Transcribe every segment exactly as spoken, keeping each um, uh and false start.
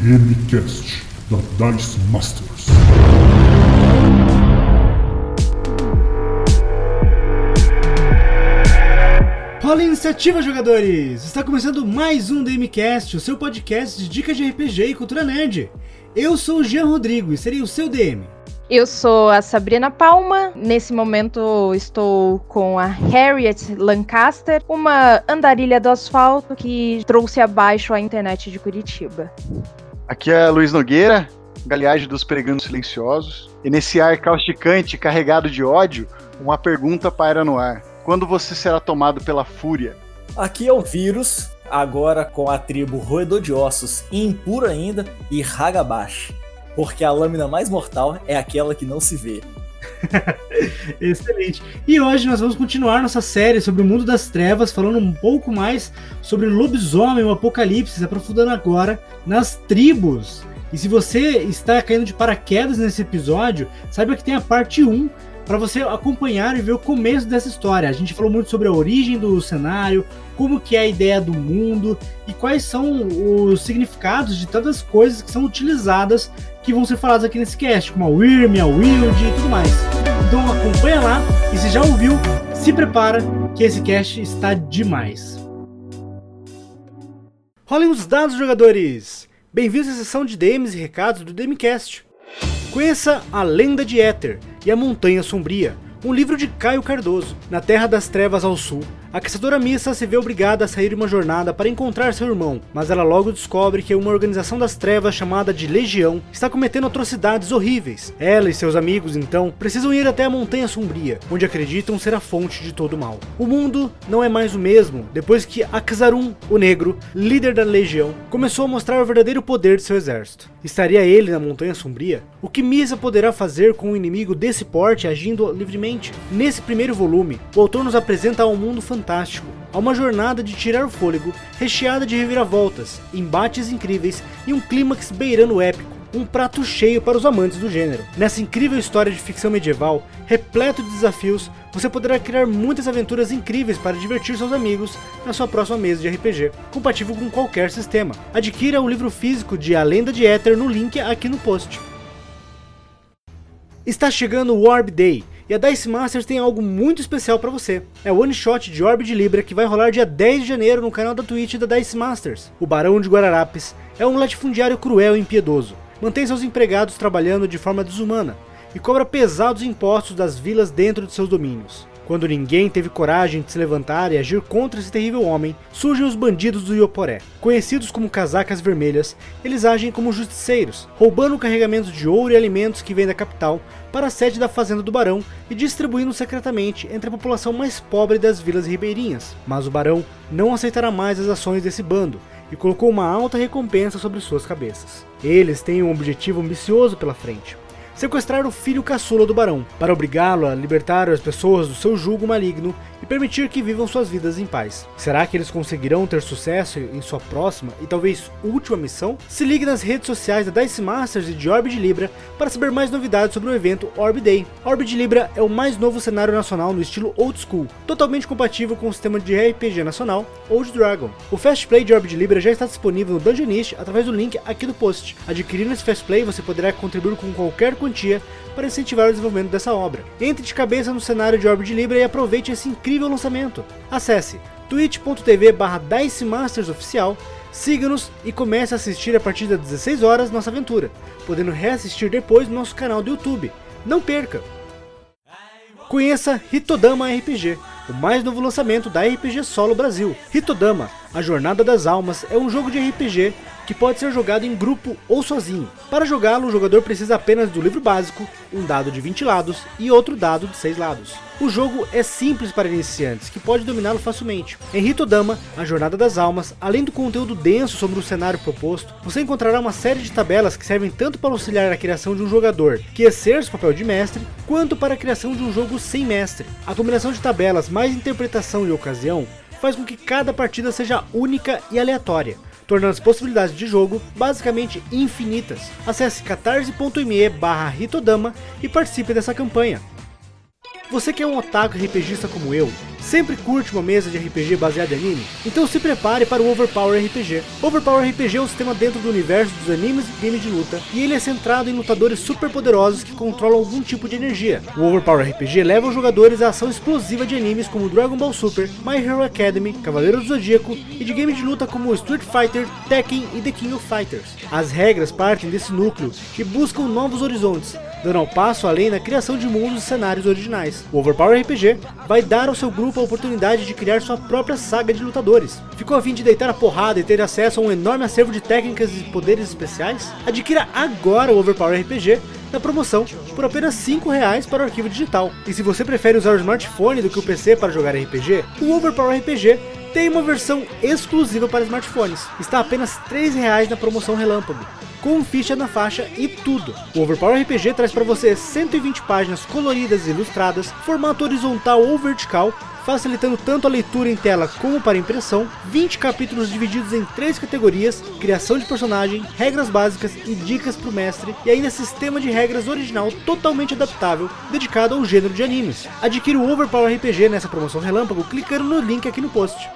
DMCast da Dice Masters. Rola a iniciativa, jogadores! Está começando mais um DMCast, o seu podcast de dicas de R P G e cultura nerd. Eu sou o Jean Rodrigo e serei o seu D M. Eu sou a Sabrina Palma, nesse momento estou com a Harriet Lancaster, uma andarilha do asfalto que trouxe abaixo a internet de Curitiba. Aqui é Luiz Nogueira, galeagem dos Peregrinos Silenciosos, e nesse ar causticante carregado de ódio, uma pergunta paira no ar: quando você será tomado pela fúria? Aqui é o Vírus, agora com a tribo Roedor de Ossos, impuro ainda, e Hagabashi. Porque a lâmina mais mortal é aquela que não se vê. Excelente. E hoje nós vamos continuar nossa série sobre o mundo das trevas, falando um pouco mais sobre o lobisomem, o apocalipse, aprofundando agora nas tribos. E se você está caindo de paraquedas nesse episódio, saiba que tem a parte um para você acompanhar e ver o começo dessa história. A gente falou muito sobre a origem do cenário, como que é a ideia do mundo e quais são os significados de tantas coisas que são utilizadas, que vão ser faladas aqui nesse cast, como a Wyrm, a Wild e tudo mais. Então acompanha lá e se já ouviu, se prepara que esse cast está demais. Rolem os dados, jogadores! Bem-vindos à sessão de D Ms e recados do DMCast. Conheça A Lenda de Éter e A Montanha Sombria, um livro de Caio Cardoso. Na Terra das Trevas ao sul, a caçadora Missa se vê obrigada a sair em uma jornada para encontrar seu irmão, mas ela logo descobre que uma organização das trevas chamada de Legião está cometendo atrocidades horríveis. Ela e seus amigos, então, precisam ir até a Montanha Sombria, onde acreditam ser a fonte de todo o mal. O mundo não é mais o mesmo depois que Akzarum, o Negro, líder da Legião, começou a mostrar o verdadeiro poder de seu exército. Estaria ele na Montanha Sombria? O que Missa poderá fazer com um inimigo desse porte agindo livremente? Nesse primeiro volume, o autor nos apresenta a um mundo fantástico, a uma jornada de tirar o fôlego, recheada de reviravoltas, embates incríveis e um clímax beirando épico, um prato cheio para os amantes do gênero. Nessa incrível história de ficção medieval, repleto de desafios, você poderá criar muitas aventuras incríveis para divertir seus amigos na sua próxima mesa de R P G, compatível com qualquer sistema. Adquira o livro físico de A Lenda de Éter no link aqui no post. Está chegando o Orb Day, e a Dice Masters tem algo muito especial para você. É o One Shot de Orb de Libra que vai rolar dia dez de janeiro no canal da Twitch da Dice Masters. O Barão de Guararapes é um latifundiário cruel e impiedoso. Mantém seus empregados trabalhando de forma desumana e cobra pesados impostos das vilas dentro de seus domínios. Quando ninguém teve coragem de se levantar e agir contra esse terrível homem, surgem os bandidos do Ioporé. Conhecidos como casacas vermelhas, eles agem como justiceiros, roubando carregamentos de ouro e alimentos que vêm da capital para a sede da fazenda do barão e distribuindo secretamente entre a população mais pobre das vilas ribeirinhas. Mas o barão não aceitará mais as ações desse bando e colocou uma alta recompensa sobre suas cabeças. Eles têm um objetivo ambicioso pela frente: sequestrar o filho caçula do barão, para obrigá-lo a libertar as pessoas do seu jugo maligno e permitir que vivam suas vidas em paz. Será que eles conseguirão ter sucesso em sua próxima e talvez última missão? Se ligue nas redes sociais da Dice Masters e de Orb de Libra para saber mais novidades sobre o evento Orb Day. Orb de Libra é o mais novo cenário nacional no estilo Old School, totalmente compatível com o sistema de R P G nacional Old Dragon. O Fast Play de Orb de Libra já está disponível no Dungeonist através do link aqui do post. Adquirindo esse Fast Play, você poderá contribuir com qualquer quantia para incentivar o desenvolvimento dessa obra. Entre de cabeça no cenário de Orb de Libra e aproveite esse incrível lançamento. Acesse twitch ponto tv barra Dice Masters Oficial, siga-nos e comece a assistir a partir das dezesseis horas nossa aventura, podendo reassistir depois no nosso canal do YouTube. Não perca! Conheça Hitodama R P G, o mais novo lançamento da R P G Solo Brasil. Hitodama, a Jornada das Almas, é um jogo de R P G que pode ser jogado em grupo ou sozinho. Para jogá-lo, o jogador precisa apenas do livro básico, um dado de vinte lados e outro dado de seis lados. O jogo é simples para iniciantes, que pode dominá-lo facilmente. Em Hitodama, a Jornada das Almas, além do conteúdo denso sobre o cenário proposto, você encontrará uma série de tabelas que servem tanto para auxiliar a criação de um jogador que exerce o papel de mestre, quanto para a criação de um jogo sem mestre. A combinação de tabelas mais interpretação e ocasião faz com que cada partida seja única e aleatória, tornando as possibilidades de jogo basicamente infinitas. Acesse catarse ponto me barra Hitodama e participe dessa campanha. Você que é um otaku RPGista como eu, Sempre curte uma mesa de R P G baseada em anime? Então se prepare para o Overpower R P G. Overpower R P G é um sistema dentro do universo dos animes e games de luta, e ele é centrado em lutadores super poderosos que controlam algum tipo de energia. O Overpower R P G leva os jogadores à ação explosiva de animes como Dragon Ball Super, My Hero Academy, Cavaleiros do Zodíaco e de games de luta como Street Fighter, Tekken e The King of Fighters. As regras partem desse núcleo e buscam novos horizontes, dando um passo além na criação de mundos e cenários originais. O Overpower R P G vai dar ao seu grupo a oportunidade de criar sua própria saga de lutadores. Ficou a fim de deitar a porrada e ter acesso a um enorme acervo de técnicas e poderes especiais? Adquira agora o Overpower R P G na promoção por apenas cinco reais para o arquivo digital. E se você prefere usar o smartphone do que o P C para jogar R P G, o Overpower R P G tem uma versão exclusiva para smartphones. Está a apenas três reais na promoção Relâmpago, com ficha na faixa e tudo. O Overpower R P G traz para você cento e vinte páginas coloridas e ilustradas, formato horizontal ou vertical, facilitando tanto a leitura em tela como para impressão, vinte capítulos divididos em três categorias, criação de personagem, regras básicas e dicas para o mestre, e ainda sistema de regras original totalmente adaptável, dedicado ao gênero de animes. Adquira o Overpower R P G nessa promoção Relâmpago clicando no link aqui no post.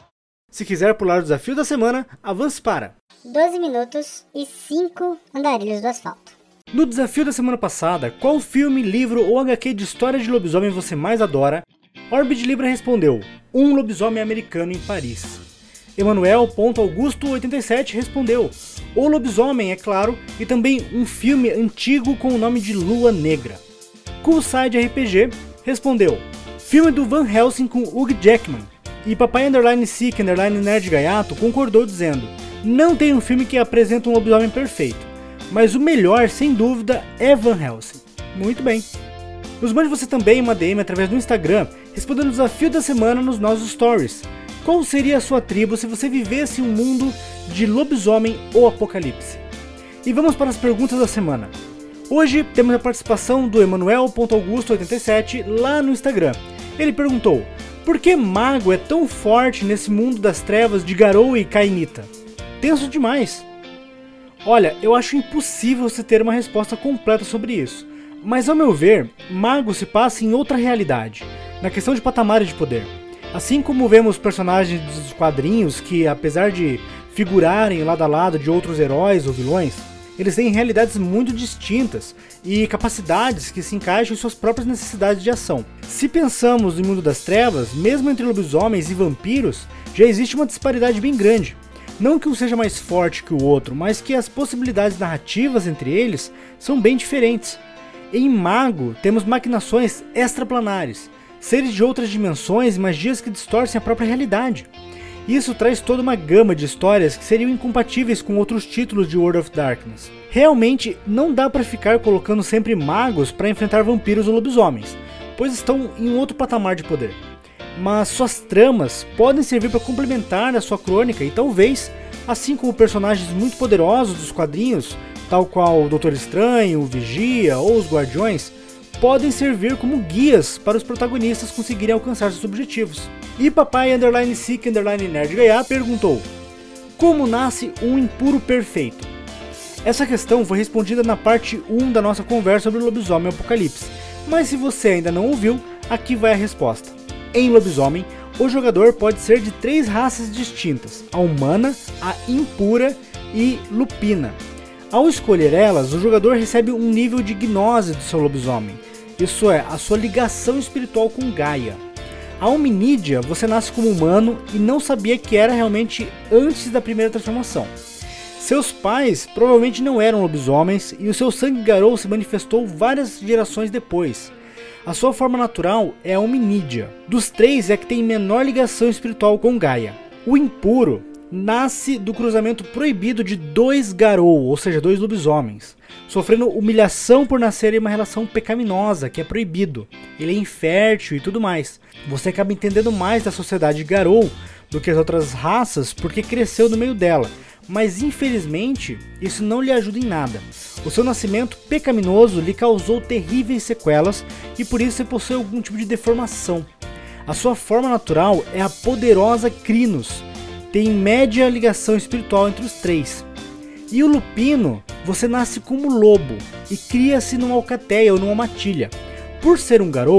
Se quiser pular o desafio da semana, avance para doze minutos e cinco andarilhos do asfalto. No desafio da semana passada, qual filme, livro ou H Q de história de lobisomem você mais adora? Orbe de Libra respondeu, Um Lobisomem Americano em Paris. Emanuel.augusto oitenta e sete respondeu, O Lobisomem, é claro, e também um filme antigo com o nome de Lua Negra. Coolside R P G respondeu, filme do Van Helsing com Hugh Jackman. E Papai Underline Sick Underline Nerd Gaiato concordou dizendo, não tem um filme que apresenta um lobisomem perfeito, mas o melhor, sem dúvida, é Van Helsing. Muito bem. Nos mande você também uma D M através do Instagram, respondendo o desafio da semana nos nossos stories. Qual seria a sua tribo se você vivesse um mundo de lobisomem ou apocalipse? E vamos para as perguntas da semana. Hoje temos a participação do Emanuel.augusto oitenta e sete lá no Instagram. Ele perguntou, por que mago é tão forte nesse mundo das trevas de Garou e Cainita? Tenso demais. Olha, eu acho impossível você ter uma resposta completa sobre isso. Mas ao meu ver, mago se passa em outra realidade, na questão de patamares de poder. Assim como vemos personagens dos quadrinhos que, apesar de figurarem lado a lado de outros heróis ou vilões, eles têm realidades muito distintas e capacidades que se encaixam em suas próprias necessidades de ação. Se pensamos no mundo das trevas, mesmo entre lobisomens e vampiros, já existe uma disparidade bem grande. Não que um seja mais forte que o outro, mas que as possibilidades narrativas entre eles são bem diferentes. Em mago, temos maquinações extraplanares, seres de outras dimensões e magias que distorcem a própria realidade. Isso traz toda uma gama de histórias que seriam incompatíveis com outros títulos de World of Darkness. Realmente, não dá para ficar colocando sempre magos para enfrentar vampiros ou lobisomens, pois estão em um outro patamar de poder. Mas suas tramas podem servir para complementar a sua crônica e talvez, assim como personagens muito poderosos dos quadrinhos, tal qual o Doutor Estranho, o Vigia ou os Guardiões, podem servir como guias para os protagonistas conseguirem alcançar seus objetivos. E Papai Underline Sick Underline Nerd Gaiato perguntou, como nasce um impuro perfeito? Essa questão foi respondida na parte um da nossa conversa sobre o lobisomem apocalipse, mas se você ainda não ouviu, aqui vai a resposta. Em lobisomem, o jogador pode ser de três raças distintas, a humana, a impura e lupina. Ao escolher elas, o jogador recebe um nível de gnose do seu lobisomem, isso é, a sua ligação espiritual com Gaia. A hominídea, você nasce como humano e não sabia que era realmente antes da primeira transformação. Seus pais provavelmente não eram lobisomens e o seu sangue Garou se manifestou várias gerações depois. A sua forma natural é a hominídea. Dos três é que tem menor ligação espiritual com Gaia. O impuro nasce do cruzamento proibido de dois Garou, ou seja, dois lobisomens, sofrendo humilhação por nascer em uma relação pecaminosa, que é proibido. Ele é infértil e tudo mais. Você acaba entendendo mais da sociedade Garou do que as outras raças porque cresceu no meio dela, mas infelizmente isso não lhe ajuda em nada. O seu nascimento pecaminoso lhe causou terríveis sequelas e por isso você possui algum tipo de deformação. A sua forma natural é a poderosa Crinos, tem média ligação espiritual entre os três. E o lupino, você nasce como lobo e cria-se numa alcateia ou numa matilha. Por ser um Garou,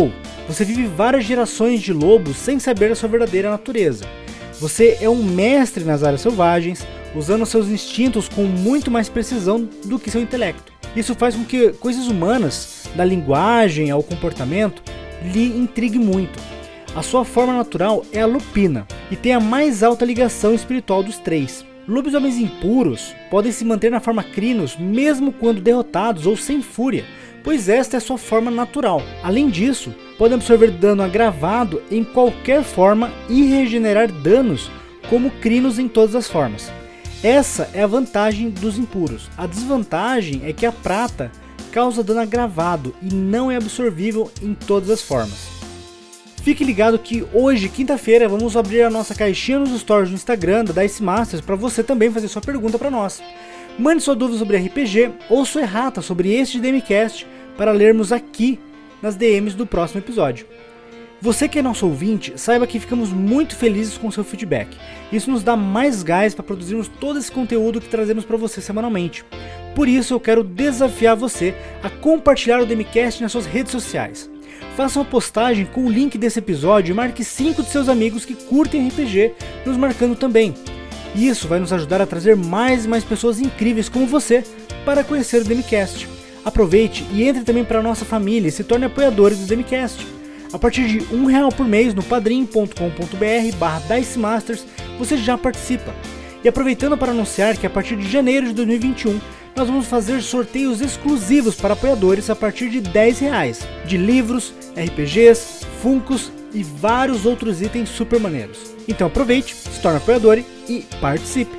Você vive várias gerações de lobos sem saber a sua verdadeira natureza. Você é um mestre nas áreas selvagens, usando seus instintos com muito mais precisão do que seu intelecto. Isso faz com que coisas humanas, da linguagem ao comportamento, lhe intrigue muito. A sua forma natural é a lupina e tem a mais alta ligação espiritual dos três. Lobisomens impuros podem se manter na forma Crinos mesmo quando derrotados ou sem fúria, pois esta é sua forma natural. Além disso, podem absorver dano agravado em qualquer forma e regenerar danos como Crinos em todas as formas. Essa é a vantagem dos impuros. A desvantagem é que a prata causa dano agravado e não é absorvível em todas as formas. Fique ligado que hoje, quinta-feira, vamos abrir a nossa caixinha nos stories do Instagram da Dice Masters para você também fazer sua pergunta para nós. Mande sua dúvida sobre R P G ou sua errata sobre este DMcast para lermos aqui nas D Ms do próximo episódio. Você que é nosso ouvinte, saiba que ficamos muito felizes com seu feedback. Isso nos dá mais gás para produzirmos todo esse conteúdo que trazemos para você semanalmente. Por isso eu quero desafiar você a compartilhar o DMcast nas suas redes sociais. Faça uma postagem com o link desse episódio e marque cinco de seus amigos que curtem R P G, nos marcando também. Isso vai nos ajudar a trazer mais e mais pessoas incríveis como você para conhecer o DMcast. Aproveite e entre também para a nossa família e se torne apoiadores do DMcast. A partir de um real por mês no padrim ponto com ponto br barra Dice Masters você já participa. E aproveitando para anunciar que a partir de janeiro de dois mil e vinte e um nós vamos fazer sorteios exclusivos para apoiadores a partir de dez reais, de livros, R P Gs, Funkos e vários outros itens super maneiros. Então aproveite, se torne apoiador e participe!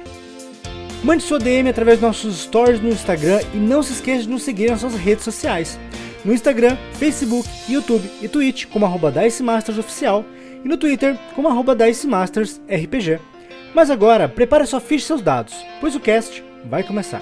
Mande sua D M através dos nossos stories no Instagram e não se esqueça de nos seguir nas suas redes sociais. No Instagram, Facebook, YouTube e Twitch como arroba Dice Masters Oficial e no Twitter como arroba Dice Masters R P G. Mas agora, prepare sua ficha e seus dados, pois o cast vai começar.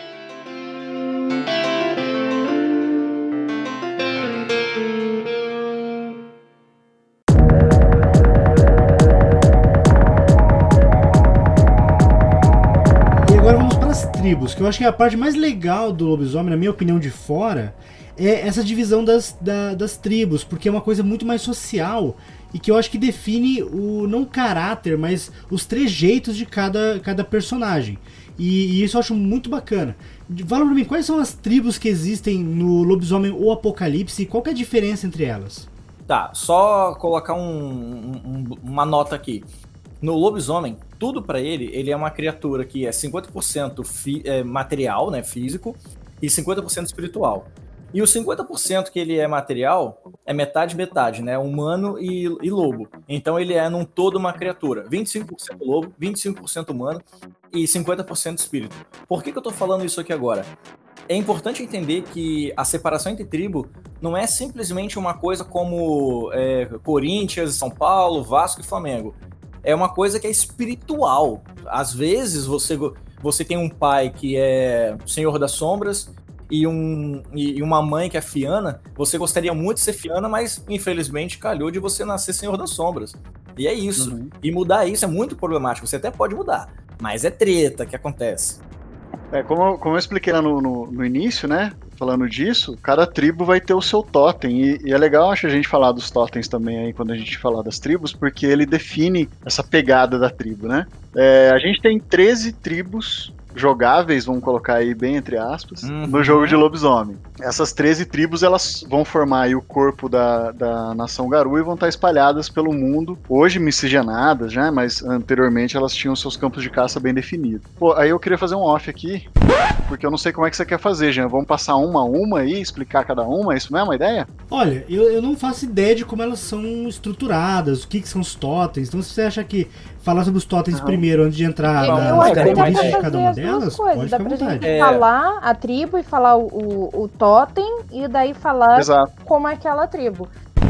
Tribos, que eu acho que é a parte mais legal do lobisomem, na minha opinião de fora, é essa divisão das, da, das tribos, porque é uma coisa muito mais social e que eu acho que define o, não o caráter, mas os trejeitos de cada, cada personagem. E, e isso eu acho muito bacana. Fala pra mim, quais são as tribos que existem no Lobisomem ou Apocalipse e qual que é a diferença entre elas? Tá, só colocar um, um, uma nota aqui. No lobisomem, tudo pra ele, ele é uma criatura que é cinquenta por cento fi, é, material, né, físico, e cinquenta por cento espiritual. E os cinquenta por cento que ele é material é metade, metade, né, humano e, e lobo. Então ele é num todo uma criatura, vinte e cinco por cento lobo, vinte e cinco por cento humano e cinquenta por cento espírito. Por que que eu tô falando isso aqui agora? É importante entender que a separação entre tribo não é simplesmente uma coisa como é, Corinthians, São Paulo, Vasco e Flamengo. É uma coisa que é espiritual. Às vezes você, você tem um pai que é Senhor das Sombras e, um, e uma mãe que é Fiana. Você gostaria muito de ser Fiana, mas infelizmente calhou de você nascer Senhor das Sombras. E é isso. Uhum. E mudar isso é muito problemático. Você até pode mudar, mas é treta que acontece. É, como, como eu expliquei lá no, no, no início, né? Falando disso, cada tribo vai ter o seu totem. E, e é legal, acho, a gente falar dos totens também aí, quando a gente falar das tribos, porque ele define essa pegada da tribo, né? É, a gente tem treze tribos jogáveis, vamos colocar aí bem entre aspas, uhum. no jogo de lobisomem. Essas treze tribos, elas vão formar aí o corpo da, da nação Garou e vão estar espalhadas pelo mundo, hoje miscigenadas, né, mas anteriormente elas tinham seus campos de caça bem definidos. Pô, aí eu queria fazer um off aqui, porque eu não sei como é que você quer fazer, Jean. Vamos passar uma a uma aí, explicar cada uma, é isso mesmo a ideia? Olha, eu, eu não faço ideia de como elas são estruturadas, o que, que são os totens, então se você acha que falar sobre os totens não. primeiro, antes de entrar eu, na eu característica de cada uma delas, coisas. Pode dá ficar à pra vontade. gente É. falar a tribo e falar o, o, o totem e daí falar Exato. como é aquela tribo.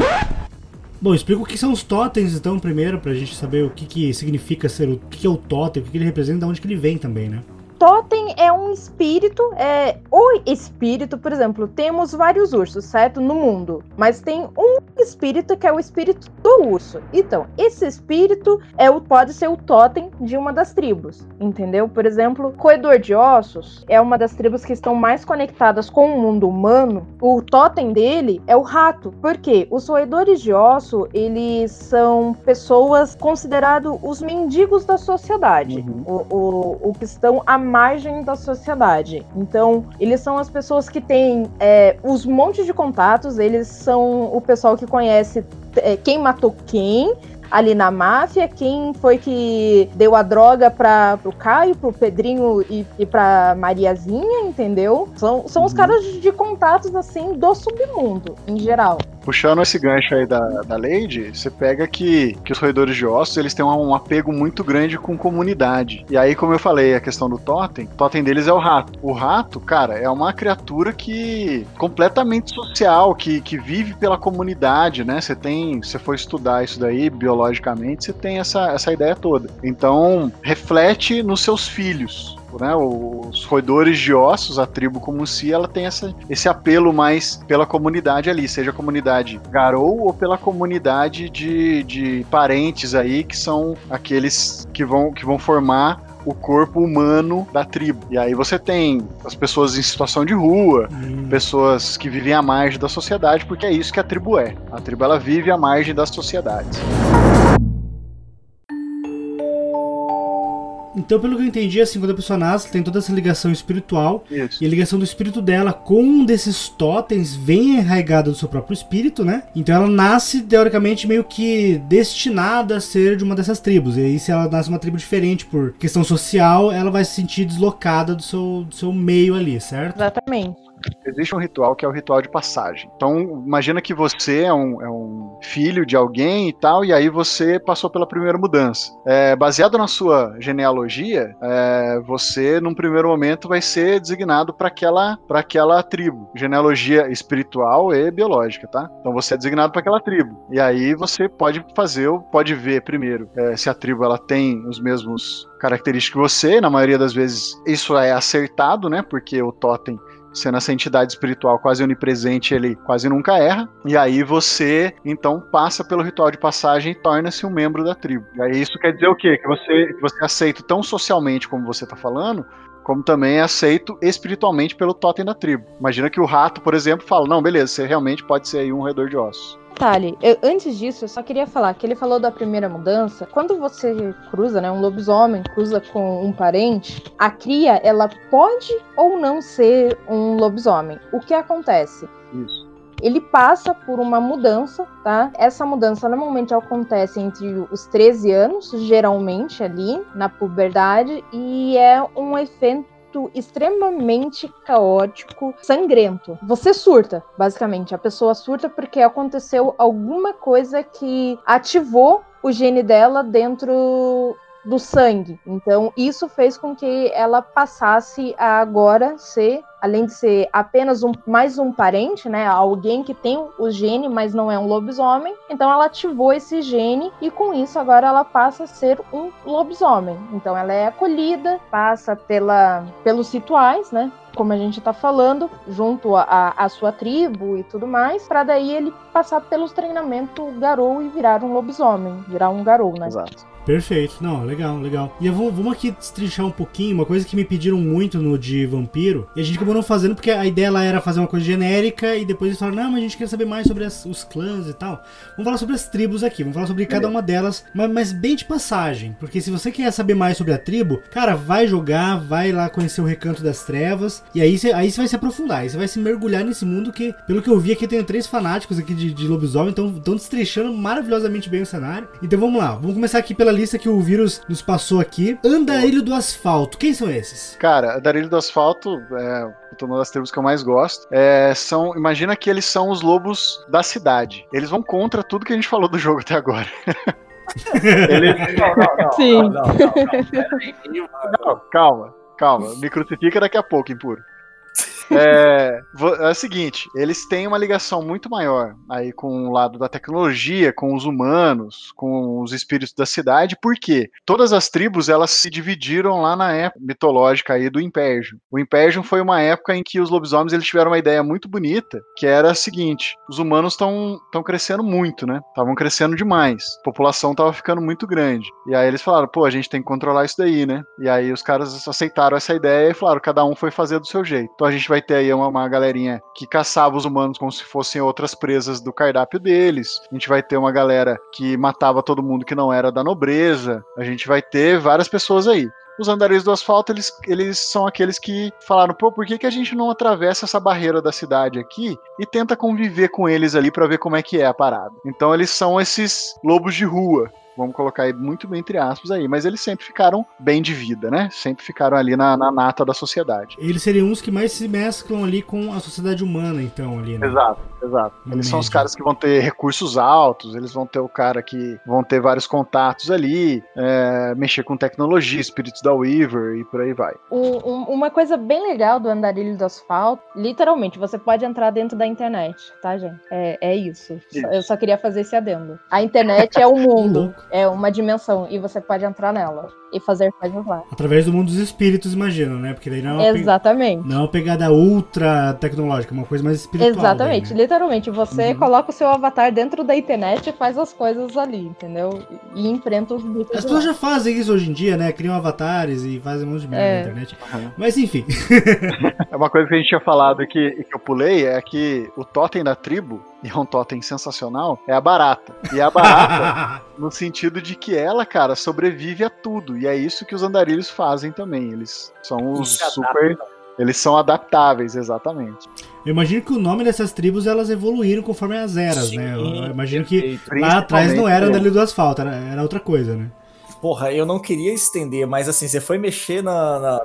Bom, explica o que são os totens então primeiro, pra gente saber o que, que significa ser o, o que, que é o totem, o que, que ele representa e de onde que ele vem também, né? totem é um espírito, é o espírito, por exemplo, temos vários ursos, certo? No mundo, mas tem um espírito que é o espírito do urso. Então, esse espírito é o, pode ser o totem de uma das tribos, entendeu? Por exemplo, Roedor de Ossos é uma das tribos que estão mais conectadas com o mundo humano. O totem dele é o rato. Por quê? Os roedores de osso, eles são pessoas considerados os mendigos da sociedade, uhum. o, o, o que estão à margem da sociedade. Então, eles são as pessoas que têm é, os montes de contatos, eles são o pessoal que conhece é, quem matou quem, ali na máfia, quem foi que deu a droga para pro Caio, pro Pedrinho e, e pra Mariazinha, entendeu? São, são uhum. os caras de contatos, assim, do submundo, em geral. Puxando esse gancho aí da, da Lady, você pega que, que os roedores de ossos, eles têm um, um apego muito grande com comunidade. E aí, como eu falei, a questão do totem, o totem deles é o rato. O rato, cara, é uma criatura que completamente social, que, que vive pela comunidade, né? Você tem, se você for estudar isso daí, biologicamente, você tem essa, essa ideia toda. Então, reflete nos seus filhos. Né, os roedores de ossos, a tribo como si, ela tem essa, esse apelo mais pela comunidade ali, seja a comunidade Garou ou pela comunidade de, de parentes aí, que são aqueles que vão, que vão formar o corpo humano da tribo. E aí você tem as pessoas em situação de rua, hum. pessoas que vivem à margem da sociedade, porque é isso que a tribo é. A tribo, ela vive à margem das sociedades. Então, pelo que eu entendi, assim, quando a pessoa nasce, tem toda essa ligação espiritual. Isso. E a ligação do espírito dela com um desses totens vem enraigada do seu próprio espírito, né? Então ela nasce, teoricamente, meio que destinada a ser de uma dessas tribos. E aí, se ela nasce uma tribo diferente por questão social, ela vai se sentir deslocada do seu, do seu meio ali, certo? Exatamente. Existe um ritual que é o ritual de passagem. Então, imagina que você é um, é um filho de alguém e tal, e aí você passou pela primeira mudança. É, baseado na sua genealogia, é, você, num primeiro momento, vai ser designado para aquela, para aquela tribo. Genealogia espiritual e biológica, tá? Então, você é designado para aquela tribo. E aí você pode fazer, pode ver primeiro é, se a tribo ela tem os mesmos características que você. Na maioria das vezes, isso é acertado, né? Porque o totem, sendo essa entidade espiritual quase onipresente, ele quase nunca erra. E aí você, então, passa pelo ritual de passagem e torna-se um membro da tribo. E aí isso quer dizer o quê? Que você, que você é aceito tão socialmente como você está falando, como também é aceito espiritualmente pelo totem da tribo. Imagina que o rato, por exemplo, fala, não, beleza, você realmente pode ser aí um roedor de ossos. Detalhe, eu, antes disso, eu só queria falar que ele falou da primeira mudança. Quando você cruza, né, um lobisomem cruza com um parente, a cria, ela pode ou não ser um lobisomem. O que acontece? Isso. Ele passa por uma mudança, tá? Essa mudança normalmente acontece entre os treze anos, geralmente ali, na puberdade, e é um efeito extremamente caótico, sangrento. Você surta, basicamente. A pessoa surta porque aconteceu alguma coisa que ativou o gene dela dentro do sangue. Então, isso fez com que ela passasse a agora ser, além de ser apenas um, mais um parente, né, alguém que tem o gene, mas não é um lobisomem, então ela ativou esse gene e com isso agora ela passa a ser um lobisomem. Então ela é acolhida, passa pela, pelos rituais, né, como a gente tá falando, junto à sua tribo e tudo mais, para daí ele passar pelos treinamentos Garou e virar um lobisomem, virar um Garou, né? Exato. Perfeito, não, legal, legal. E eu vou, vamos aqui destrinchar um pouquinho, uma coisa que me pediram muito no de vampiro, e a gente acabou não fazendo porque a ideia lá era fazer uma coisa genérica, e depois eles falaram, não, mas a gente quer saber mais sobre as, os clãs e tal. Vamos falar sobre as tribos aqui, vamos falar sobre cada uma delas, mas, mas bem de passagem, porque se você quer saber mais sobre a tribo, cara, vai jogar, vai lá conhecer o Recanto das Trevas, e aí você aí vai se aprofundar, aí você vai se mergulhar nesse mundo que, pelo que eu vi aqui, tem três fanáticos aqui de, de lobisomem, então estão destrinchando maravilhosamente bem o cenário. Então vamos lá, vamos começar aqui pela lista que o vírus nos passou aqui. Andarilho do Asfalto, quem são esses? Cara, Andarilho do Asfalto é uma das tribos que eu mais gosto. É, são, imagina que eles são os lobos da cidade. Eles vão contra tudo que a gente falou do jogo até agora. Eles... Não, não, não. Sim. Não, não, não, não. Não, calma, calma. Me crucifica daqui a pouco, impuro. É, vo- é o seguinte, eles têm uma ligação muito maior aí com o lado da tecnologia, com os humanos, com os espíritos da cidade, porque todas as tribos elas se dividiram lá na época mitológica aí do Império. O Império foi uma época em que os lobisomens eles tiveram uma ideia muito bonita, que era a seguinte: os humanos estão estão crescendo muito, né? Estavam crescendo demais, a população estava ficando muito grande. E aí eles falaram, pô, a gente tem que controlar isso daí, né? E aí os caras aceitaram essa ideia e falaram, cada um foi fazer do seu jeito. Então a gente vai ter aí uma, uma galerinha que caçava os humanos como se fossem outras presas do cardápio deles. A gente vai ter uma galera que matava todo mundo que não era da nobreza. A gente vai ter várias pessoas aí. Os andarilhos do asfalto, eles, eles são aqueles que falaram, pô, por que, que a gente não atravessa essa barreira da cidade aqui e tenta conviver com eles ali pra ver como é que é a parada. Então eles são esses lobos de rua. Vamos colocar aí muito bem entre aspas aí, mas eles sempre ficaram bem de vida, né? Sempre ficaram ali na, na nata da sociedade. Eles seriam uns que mais se mesclam ali com a sociedade humana, então, ali, né? Exato, exato. No Eles são os médio. caras que vão ter recursos altos, eles vão ter o cara que vão ter vários contatos ali, é, mexer com tecnologia, espíritos da Weaver e por aí vai. Um- um- uma coisa bem legal do Andarilho do Asfalto, literalmente, você pode entrar dentro da internet, tá, gente? É, é isso. Isso. Eu só queria fazer esse adendo. A internet é o mundo, louco. é uma dimensão, e você pode entrar nela e fazer coisas lá. Através do mundo dos espíritos, imagino, né? Porque daí não é uma, pe- Exatamente. não é uma pegada ultra tecnológica, uma coisa mais espiritual. Exatamente, daí, né? literalmente, você Uhum. coloca o seu avatar dentro da internet e faz as coisas ali, entendeu? E enfrenta os bichos. As de pessoas lá. já fazem isso hoje em dia, né? Criam avatares e fazem um monte de merda É. na internet. Uhum. Mas enfim. É uma coisa que a gente tinha falado e que, que eu pulei, é que o totem da tribo, e é um totem sensacional, é a barata. E a barata, no sentido de que ela, cara, sobrevive a tudo. E é isso que os andarilhos fazem também. Eles são os Se adaptam. super... Eles são adaptáveis, exatamente. Eu imagino que o nome dessas tribos elas evoluíram conforme as eras, Sim, né? Eu eu imagino que perfeito. lá atrás não era Principalmente, Andarilho do Asfalto, era, era outra coisa, né? Porra, eu não queria estender, mas assim, você foi mexer na. na-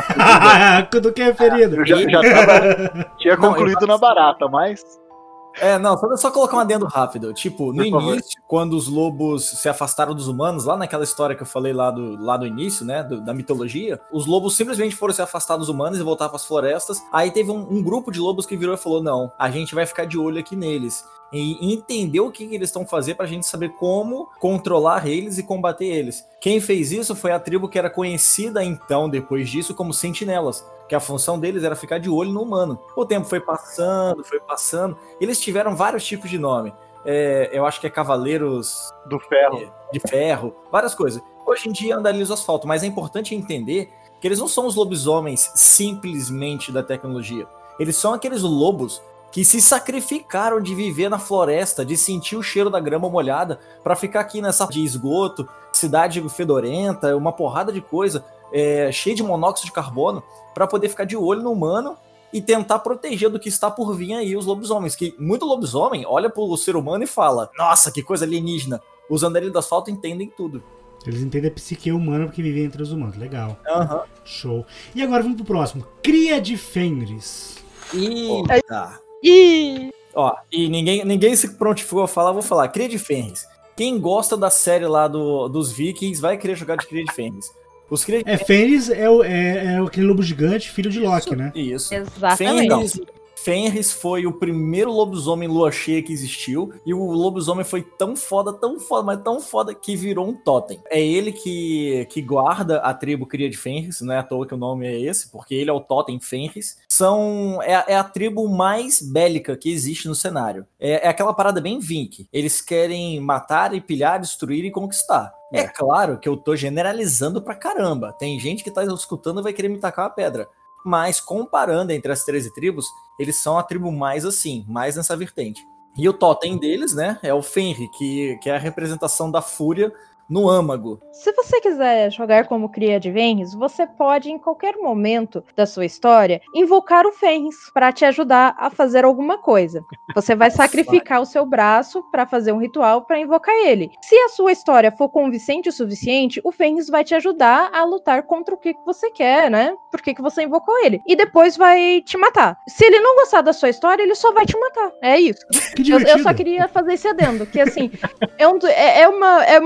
Quando que é ferido? Eu já, já tava, tinha Não, concluído na barata, mas... É, não, só, só colocar um adendo rápido. Tipo, no Por favor. início, quando os lobos se afastaram dos humanos, lá naquela história que eu falei lá do, lá do início, né, do- da mitologia, os lobos simplesmente foram se afastar dos humanos e voltar para as florestas. Aí teve um, um grupo de lobos que virou e falou: não, a gente vai ficar de olho aqui neles. E entender o que, que eles estão fazendo pra gente saber como controlar eles e combater eles. Quem fez isso foi a tribo que era conhecida então, depois disso, como sentinelas. Que a função deles era ficar de olho no humano. O tempo foi passando, foi passando. Eles tiveram vários tipos de nome. É, eu acho que é Cavaleiros Do ferro. de Ferro, várias coisas. Hoje em dia Andarilhos do Asfalto, mas é importante entender que eles não são os lobisomens simplesmente da tecnologia. Eles são aqueles lobos que se sacrificaram de viver na floresta, de sentir o cheiro da grama molhada, pra ficar aqui nessa de esgoto, cidade fedorenta, uma porrada de coisa, é, cheia de monóxido de carbono, pra poder ficar de olho no humano e tentar proteger do que está por vir aí os lobisomens. Que muito lobisomem olha pro ser humano e fala: nossa, que coisa alienígena. Os Andarilhos do Asfalto entendem tudo. Eles entendem a psique humana porque vivem entre os humanos. Legal. Aham. Show. E agora vamos pro próximo. Cria de Fenris. Eita. Ih! Ó, e ninguém, ninguém se prontificou a falar, vou falar. Cria de Fenris. Quem gosta da série lá do, dos Vikings vai querer jogar de Cria de Fenris. Os Cria de É, Fenris é, o, é, é aquele lobo gigante, filho de Loki, né? Isso. Exatamente. Fenris, Fenris foi o primeiro lobisomem lua cheia que existiu. E o lobisomem foi tão foda, tão foda, mas tão foda que virou um totem. É ele que, que guarda a tribo Cria de Fenris. Não é à toa que o nome é esse, porque ele é o totem Fenris. São, é, a- é a tribo mais bélica que existe no cenário. É, é aquela parada bem Vink. Eles querem matar e pilhar, destruir e conquistar. É. É. claro que eu tô generalizando pra caramba. Tem gente que tá escutando e vai querer me tacar uma pedra. Mas comparando entre as treze tribos, eles são a tribo mais assim, mais nessa vertente. E o totem deles, né, é o Fenrir, que, que é a representação da fúria no âmago. Se você quiser jogar como cria de Fenris, você pode, em qualquer momento da sua história, invocar o Fenris para te ajudar a fazer alguma coisa. Você vai sacrificar o seu braço para fazer um ritual para invocar ele. Se a sua história for convincente o suficiente, o Fenris vai te ajudar a lutar contra o que que você quer, né? Por que que você invocou ele. E depois vai te matar. Se ele não gostar da sua história, ele só vai te matar. É isso. Que Eu, divertido. eu só queria fazer esse adendo, que assim, é, um, do- é, é uma, é muito legal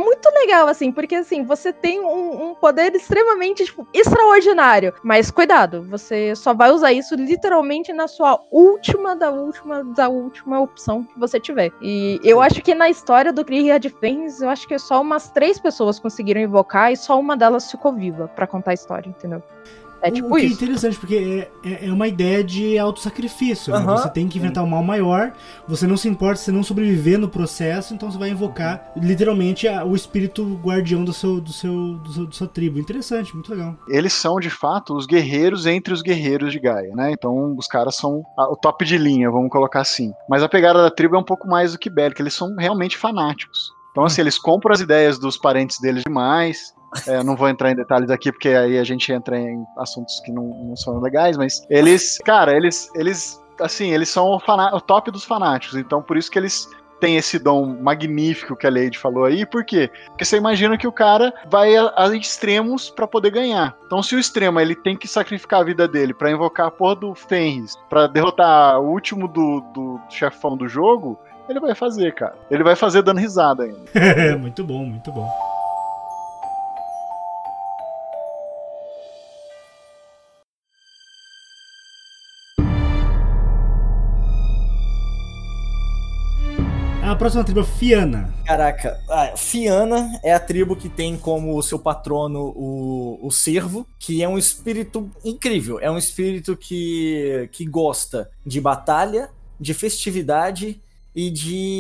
legal, assim, porque assim, você tem um, um poder extremamente, tipo, extraordinário. Mas cuidado, você só vai usar isso literalmente na sua última, da última, da última opção que você tiver. E eu acho que na história do Krieger de Fens, eu acho que só umas três pessoas conseguiram invocar e só uma delas ficou viva pra contar a história, entendeu? É tipo o que isso. é interessante, porque é, é, é uma ideia de autossacrifício. Uhum. Né? Você tem que inventar um mal maior, você não se importa se não sobreviver no processo, então você vai invocar literalmente a, o espírito guardião do seu, do seu, do seu, do sua tribo. Interessante, muito legal. Eles são, de fato, os guerreiros entre os guerreiros de Gaia, né? Então os caras são a, o top de linha, vamos colocar assim. Mas a pegada da tribo é um pouco mais do que bélica, eles são realmente fanáticos. Então, assim, eles compram as ideias dos parentes deles demais. É, não vou entrar em detalhes aqui, porque aí a gente entra em assuntos que não, não são legais, mas eles, cara, eles, eles assim, eles são o, faná- o top dos fanáticos, então por isso que eles têm esse dom magnífico que a Lady falou aí. Por quê? Porque você imagina que o cara vai a, a extremos pra poder ganhar. Então se o extremo, ele tem que sacrificar a vida dele pra invocar a porra do Fenris, pra derrotar o último do, do chefão do jogo, ele vai fazer, cara. Ele vai fazer dando risada ainda. Muito bom, muito bom. A próxima tribo é Fianna. Caraca, a Fianna é a tribo que tem como seu patrono o, o cervo, que é um espírito incrível. É um espírito que, que gosta de batalha, de festividade e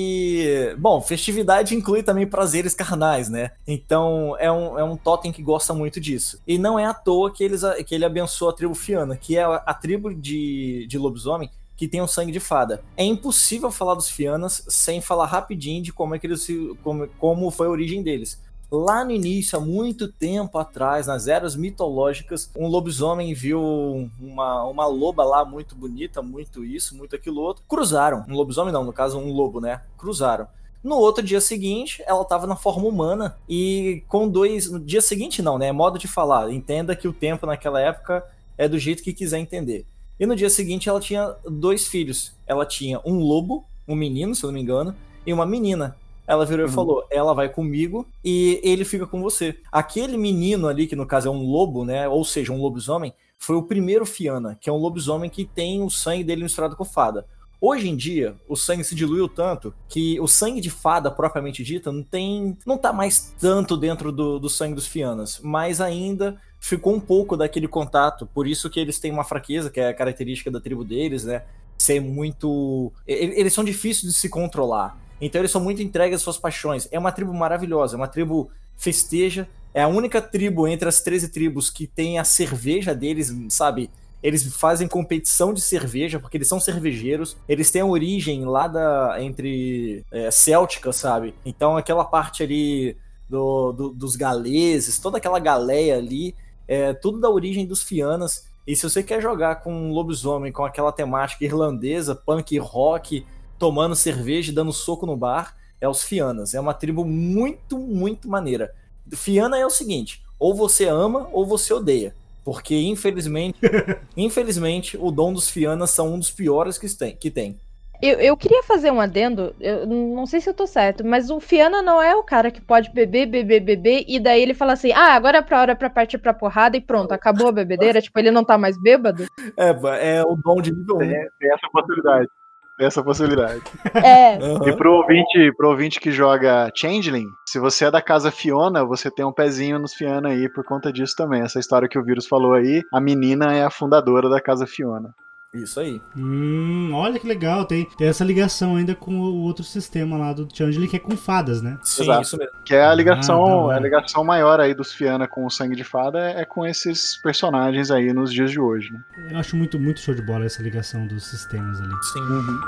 de... Bom, festividade inclui também prazeres carnais, né? Então é um, é um totem que gosta muito disso. E não é à toa que, eles, que ele abençoa a tribo Fianna, que é a, a tribo de, de lobisomem que tem um sangue de fada. É impossível falar dos Fiannas sem falar rapidinho de como é que eles como, como foi a origem deles. Lá no início, há muito tempo atrás, nas eras mitológicas, um lobisomem viu uma, uma loba lá muito bonita, muito isso, muito aquilo outro. Cruzaram. Um lobisomem não, no caso um lobo, né? Cruzaram. No outro dia seguinte, ela estava na forma humana e com dois... No dia seguinte não, né? É modo de falar. Entenda que o tempo naquela época é do jeito que quiser entender. E no dia seguinte ela tinha dois filhos. Ela tinha um lobo, um menino, se eu não me engano, e uma menina. Ela virou uhum. e falou, ela vai comigo e ele fica com você. Aquele menino ali, que no caso é um lobo, né, ou seja, um lobisomem, foi o primeiro Fianna, que é um lobisomem que tem o sangue dele misturado com fada. Hoje em dia, o sangue se diluiu tanto que o sangue de fada, propriamente dita, não tem, não tá mais tanto dentro do, do sangue dos Fiannas, mas ainda ficou um pouco daquele contato, por isso que eles têm uma fraqueza, que é a característica da tribo deles, né, ser muito... Eles são difíceis de se controlar, então eles são muito entregues às suas paixões. É uma tribo maravilhosa, é uma tribo festeja, é a única tribo entre as treze tribos que tem a cerveja deles, sabe... Eles fazem competição de cerveja, porque eles são cervejeiros. Eles têm a origem lá da, entre é, céltica, sabe? Então aquela parte ali do, do, dos galeses, toda aquela galeia ali, é tudo da origem dos Fiannas. E se você quer jogar com um lobisomem com aquela temática irlandesa, punk rock, tomando cerveja e dando soco no bar, é os Fiannas. É uma tribo muito, muito maneira. Fianna é o seguinte, ou você ama ou você odeia. Porque, infelizmente, infelizmente, o dom dos Fiannas são um dos piores que tem. Que tem. Eu, eu queria fazer um adendo, eu não sei se eu tô certo, mas o Fianna não é o cara que pode beber, beber, beber, e daí ele fala assim, ah, agora é pra hora pra partir pra porrada e pronto, acabou a bebedeira, tipo, ele não tá mais bêbado? É, é o dom de nível um. Tem, tem essa possibilidade. Essa possibilidade. É. Uhum. E pro ouvinte, pro ouvinte que joga Changeling, se você é da casa Fiona, você tem um pezinho nos Fianna aí por conta disso também. Essa história que o Vírus falou aí, a menina é a fundadora da casa Fiona. Isso aí. Hum, olha que legal, tem, tem essa ligação ainda com o outro sistema lá do Changeling, que é com fadas, né? Sim, exato. Isso mesmo. Que é a ligação, ah, a ligação maior aí dos Fianna com o sangue de fada é com esses personagens aí nos dias de hoje, né? Eu acho muito, muito show de bola essa ligação dos sistemas ali. Sim. Uhum.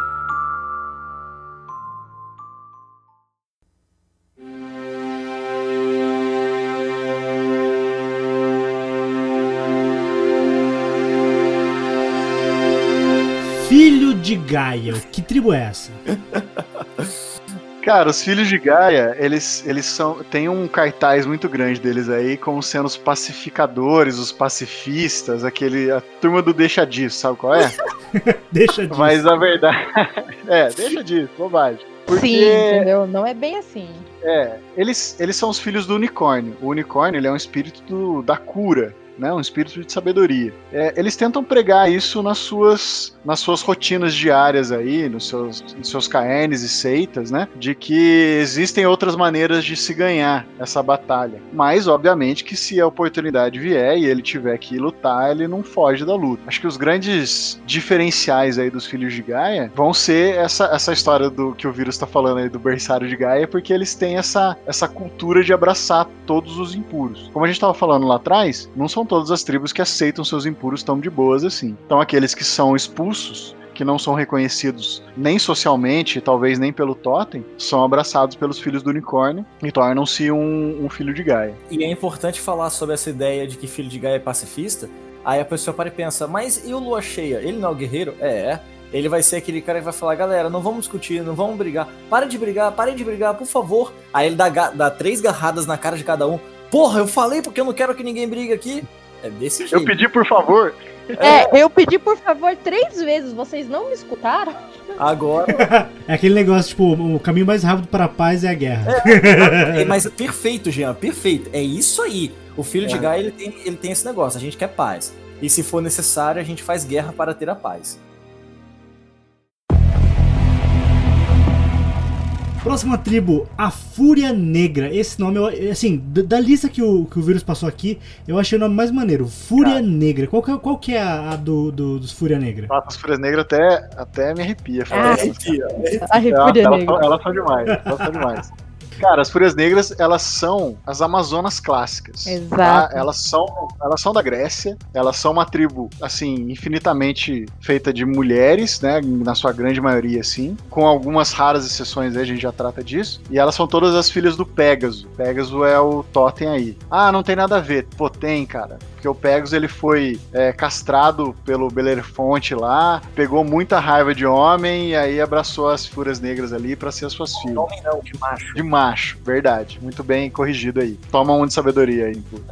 Filho de Gaia, que tribo é essa? Cara, os filhos de Gaia, eles, eles são, tem um cartaz muito grande deles aí, como sendo os pacificadores, os pacifistas, aquele, a turma do deixa disso, sabe qual é? Deixa disso. Mas a verdade, é, deixa disso, bobagem. Porque, Sim, entendeu? Não é bem assim. É, eles, eles são os filhos do unicórnio. O unicórnio, ele é um espírito do- da cura, né? Um espírito de sabedoria. É, eles tentam pregar isso nas suas, nas suas rotinas diárias aí, nos seus, nos seus caernes e seitas, né? De que existem outras maneiras de se ganhar essa batalha. Mas, obviamente, que se a oportunidade vier e ele tiver que lutar, ele não foge da luta. Acho que os grandes diferenciais aí dos filhos de Gaia vão ser essa, essa história do que o vírus tá falando aí do berçário de Gaia, porque eles têm essa, essa cultura de abraçar todos os impuros. Como a gente tava falando lá atrás, não são todas as tribos que aceitam seus impuros tão de boas assim. Então aqueles que são expulsos, que não são reconhecidos nem socialmente, talvez nem pelo totem, são abraçados pelos filhos do unicórnio e tornam-se um, um filho de Gaia. E é importante falar sobre essa ideia de que filho de Gaia é pacifista. Aí a pessoa para e pensa, mas e o Lua Cheia? Ele não é o guerreiro? É, ele vai ser aquele cara que vai falar, galera, não vamos discutir, não vamos brigar, parem de brigar, parem de brigar, por favor. Aí ele dá, dá três garradas na cara de cada um. Porra, eu falei porque eu não quero que ninguém brigue aqui. É desse jeito. Eu pedi por favor. É, eu pedi por favor três vezes, vocês não me escutaram? Agora. É aquele negócio, tipo, o caminho mais rápido para a paz é a guerra. É, mas perfeito, Jean, perfeito. É isso aí. O filho É. de Gaia, ele tem, ele tem esse negócio, a gente quer paz. E se for necessário, a gente faz guerra para ter a paz. Próxima tribo, a Fúria Negra. Esse nome, eu- assim, da da lista que o, que o vírus passou aqui, eu achei o nome mais maneiro. Fúria Cara. Negra. Qual que, é- qual que é a, a do, do- dos Fúria Negra? Nossa, as Fúrias Negras até, até me arrepia. falar Ah, isso. A Repúdia elas, Negra. são, elas são demais, elas são demais. Cara, as Fúrias Negras, elas são as Amazonas clássicas. Exato. Tá? Elas são, elas são da Grécia, elas são uma tribo, assim, infinitamente feita de mulheres, né, na sua grande maioria, assim, com algumas raras exceções aí, a gente já trata disso, e elas são todas as filhas do Pégaso. Pégaso é o totem aí. Ah, não tem nada a ver. Pô, tem, cara. Porque o Pégaso, ele foi é, castrado pelo Belerofonte lá, pegou muita raiva de homem, e aí abraçou as Fúrias Negras ali pra ser as suas filhas. Homem não, de macho. De macho, verdade. Muito bem corrigido aí. Toma um de sabedoria aí. Pô.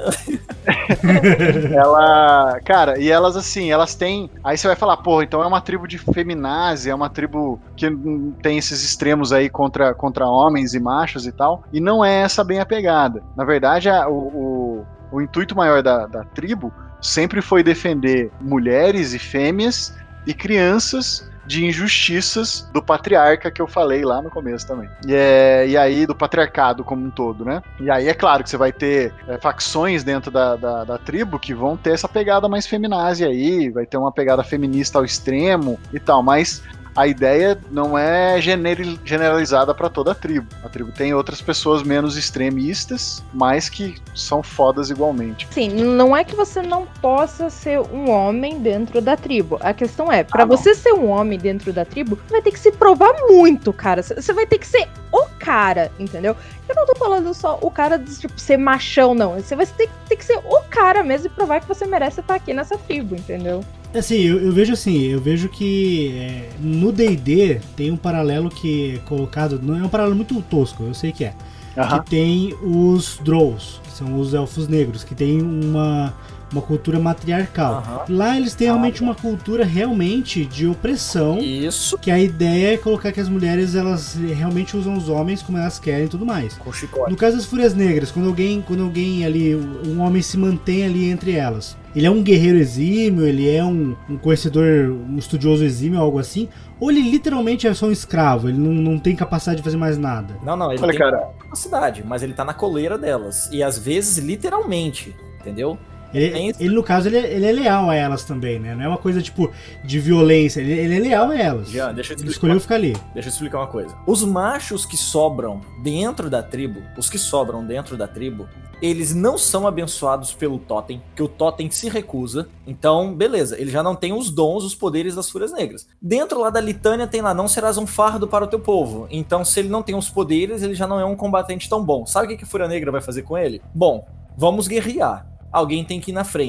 Ela. Cara, e elas assim, elas têm. Aí você vai falar, porra, então é uma tribo de feminazes, é uma tribo que hum, tem esses extremos aí contra, contra homens e machos e tal. E não é essa bem a pegada. Na verdade, a- o, o, o intuito maior da, da tribo sempre foi defender mulheres e fêmeas e crianças de injustiças do patriarca que eu falei lá no começo também. E, é, e aí do patriarcado como um todo, né? E aí é claro que você vai ter é, facções dentro da, da, da tribo que vão ter essa pegada mais feminazi aí, vai ter uma pegada feminista ao extremo e tal, mas a ideia não é gener- generalizada para toda a tribo. A tribo tem outras pessoas menos extremistas, mas que são fodas igualmente. Sim, não é que você não possa ser um homem dentro da tribo. A questão é, pra Ah, não. você ser um homem dentro da tribo, você vai ter que se provar muito, cara. Você vai ter que ser o cara, entendeu? Eu não tô falando só o cara de tipo, ser machão, não. Você vai ter, ter que ser o cara mesmo e provar que você merece estar aqui nessa tribo, entendeu? Assim, eu, eu vejo assim, eu vejo que é, no D e D tem um paralelo que é colocado, não é um paralelo muito tosco, eu sei que é, Aham. que tem os Drows, que são os elfos negros, que tem uma, uma cultura matriarcal. Aham. Lá eles têm realmente uma cultura realmente de opressão, Isso. que a ideia é colocar que as mulheres elas realmente usam os homens como elas querem e tudo mais. Com chicote. No caso das Fúrias Negras, quando alguém, quando alguém ali, um homem se mantém ali entre elas, ele é um guerreiro exímio, ele é um, um conhecedor, um estudioso exímio, algo assim, ou ele literalmente é só um escravo, ele não, não tem capacidade de fazer mais nada. Não, não, ele Olha, tem cara. capacidade, mas ele tá na coleira delas. E às vezes, literalmente, entendeu? Tem Ele, isso. ele, no caso, ele, é- ele é leal a elas também, né? Não é uma coisa tipo de violência, ele, ele é leal a elas. Jean, deixa eu te Ele explicar. escolheu ficar ali. Deixa eu explicar uma coisa. Os machos que sobram dentro da tribo, os que sobram dentro da tribo, eles não são abençoados pelo totem, que o totem se recusa. Então, beleza, ele já não tem os dons, os poderes das Fúrias Negras. Dentro lá da litânia tem lá, não serás um fardo para o teu povo. Então, se ele não tem os poderes, ele já não é um combatente tão bom. Sabe o que que a Fúria Negra vai fazer com ele? Bom, vamos guerrear. Alguém tem que ir na frente.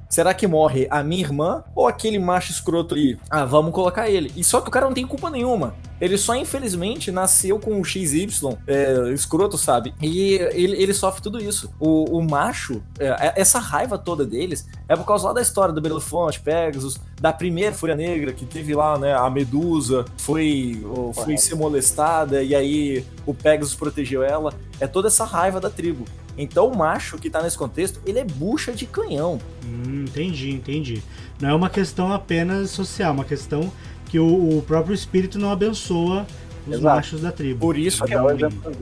será que morre a minha irmã ou aquele macho escroto ali? Ah, vamos colocar ele. E só que o cara não tem culpa nenhuma. Ele só, infelizmente, nasceu com um X Y, é, escroto, sabe? E ele, ele sofre tudo isso. O, o macho, é, essa raiva toda deles, é por causa lá da história do Belafonte, Pegasus, da primeira Fúria Negra, que teve lá, né, a Medusa, foi, foi ser molestada, e aí o Pegasus protegeu ela. É toda essa raiva da tribo. Então o macho que tá nesse contexto, ele é bucha de canhão. Hum, entendi, entendi. Não é uma questão apenas social, é uma questão que o, o próprio espírito não abençoa os Exato. machos da tribo. Por isso que é, um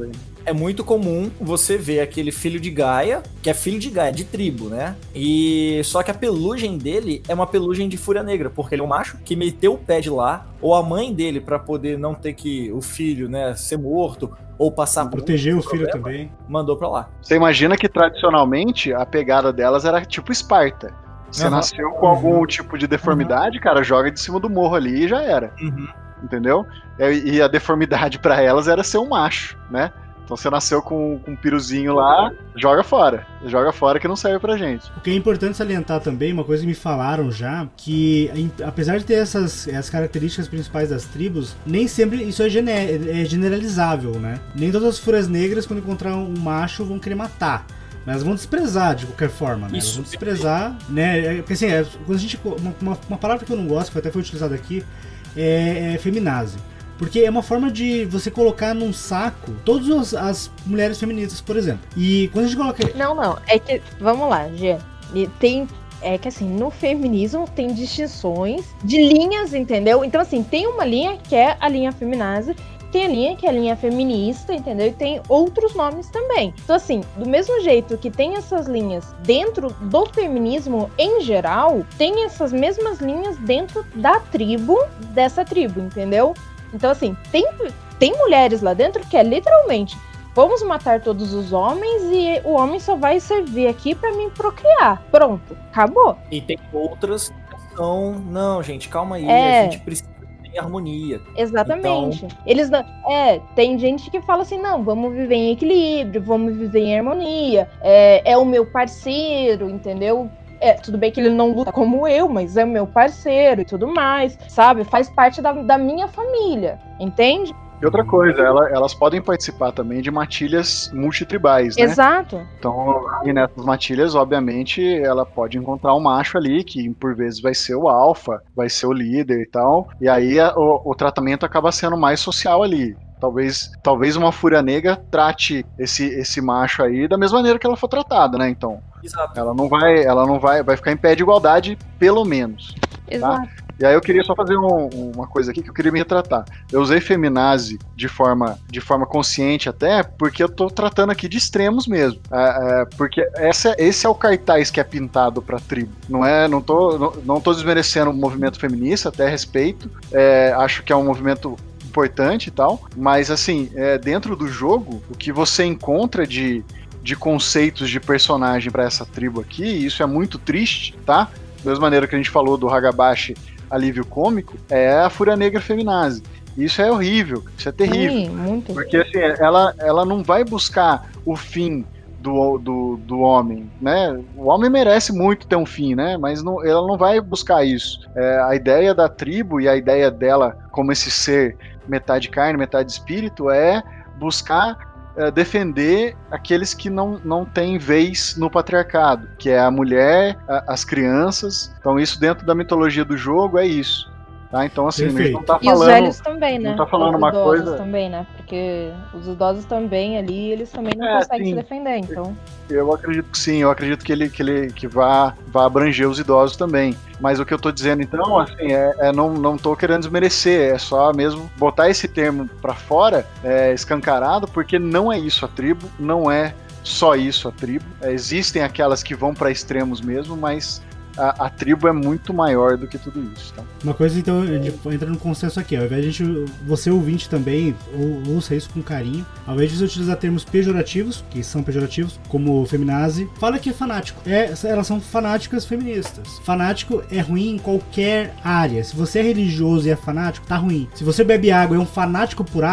é muito comum você ver aquele filho de Gaia, que é filho de Gaia, de tribo, né? E só que a pelugem dele é uma pelugem de Fúria Negra, porque ele é um macho que meteu o pé de lá, ou a mãe dele, pra poder não ter que o filho, né, ser morto, ou passar por proteger um o filho problema, também. mandou pra lá. Você imagina que tradicionalmente a pegada delas era tipo Esparta. Você Uhum. nasceu com algum tipo de deformidade, cara, joga de cima do morro ali e já era. Uhum. Entendeu? E a deformidade pra elas era ser um macho, né? Então você nasceu com, com um piruzinho lá, joga fora. Joga fora que não serve pra gente. O que é importante salientar também, uma coisa que me falaram já, que apesar de ter essas as características principais das tribos, nem sempre isso é, gener, é generalizável, né? Nem todas as Fúrias Negras, quando encontrar um macho, vão querer matar. Mas vão desprezar de qualquer forma, né? Isso. Elas vão desprezar, né? Porque assim, é, quando a gente, uma, uma, uma palavra que eu não gosto, que até foi utilizada aqui, é, é feminazi. Porque é uma forma de você colocar num saco todas as, as mulheres feministas, por exemplo. E quando a gente coloca... Não, não, é que, vamos lá, Gê, tem... É que assim, no feminismo tem distinções de linhas, entendeu? Então assim, tem uma linha que é a linha feminazi, tem a linha que é a linha feminista, entendeu? E tem outros nomes também. Então assim, do mesmo jeito que tem essas linhas dentro do feminismo em geral, tem essas mesmas linhas dentro da tribo, dessa tribo, entendeu? Então assim, tem, tem mulheres lá dentro que é literalmente... Vamos matar todos os homens e o homem só vai servir aqui pra me procriar. Pronto, acabou. E tem outras que são... Não, gente, calma aí, É. a gente precisa ter harmonia. Exatamente. Então... Eles não... É, tem gente que fala assim, não, vamos viver em equilíbrio, vamos viver em harmonia, é, é o meu parceiro, entendeu? É, tudo bem que ele não luta como eu, mas é o meu parceiro e tudo mais, sabe? Faz parte da, da minha família, entende? E outra coisa, ela, elas podem participar também de matilhas multitribais, né? Exato. Então, e nessas matilhas, obviamente, ela pode encontrar um macho ali, que por vezes vai ser o alfa, vai ser o líder e tal, e aí a, o, o tratamento acaba sendo mais social ali. Talvez, talvez uma Fúria Negra trate esse, esse macho aí da mesma maneira que ela for tratada, né? Então, Exato. ela não vai, ela não vai, vai ficar em pé de igualdade, pelo menos. Exato. E aí eu queria só fazer um, uma coisa aqui que eu queria me retratar. Eu usei feminazi de forma, de forma consciente até, porque eu tô tratando aqui de extremos mesmo. É, é, porque essa, esse é o cartaz que é pintado pra tribo. Não é, não tô, não, não tô desmerecendo o movimento feminista, até respeito. É, acho que é um movimento importante e tal. Mas assim, é, dentro do jogo, o que você encontra de, de conceitos de personagem pra essa tribo aqui, e isso é muito triste, tá? Da mesma maneira que a gente falou do Hagabashi alívio cômico, é a Fúria Negra feminazi. Isso é horrível, isso é terrível. Sim, muito. Porque assim, ela, ela não vai buscar o fim do, do, do homem, né? O homem merece muito ter um fim, né? Mas não, ela não vai buscar isso. É, a ideia da tribo e a ideia dela como esse ser metade carne, metade espírito é buscar é, defender aqueles que não, não têm vez no patriarcado, que é a mulher, a, as crianças. Então isso dentro da mitologia do jogo é isso. Tá? Então assim, a gente não tá E os falando... velhos também, né? Não tá falando os uma idosos coisa... também, né? Porque os idosos também ali, eles também não É, conseguem sim. se defender, então... Eu acredito que sim, eu acredito que ele, que ele que vá, vá abranger os idosos também. Mas o que eu tô dizendo então, assim, é, é não, não tô querendo desmerecer, é só mesmo botar esse termo pra fora, é, escancarado, porque não é isso a tribo, não é só isso a tribo. É, existem aquelas que vão pra extremos mesmo, mas a, a tribo é muito maior do que tudo isso, tá? Uma coisa, então, a gente entra no consenso aqui, ao invés de a gente, você ouvinte também, ou, ouça isso com carinho, ao invés de você utilizar termos pejorativos, que são pejorativos, como feminazi, fala que é fanático. É, elas são fanáticas feministas. Fanático é ruim em qualquer área. Se você é religioso e é fanático, tá ruim. Se você bebe água e é um fanático por água,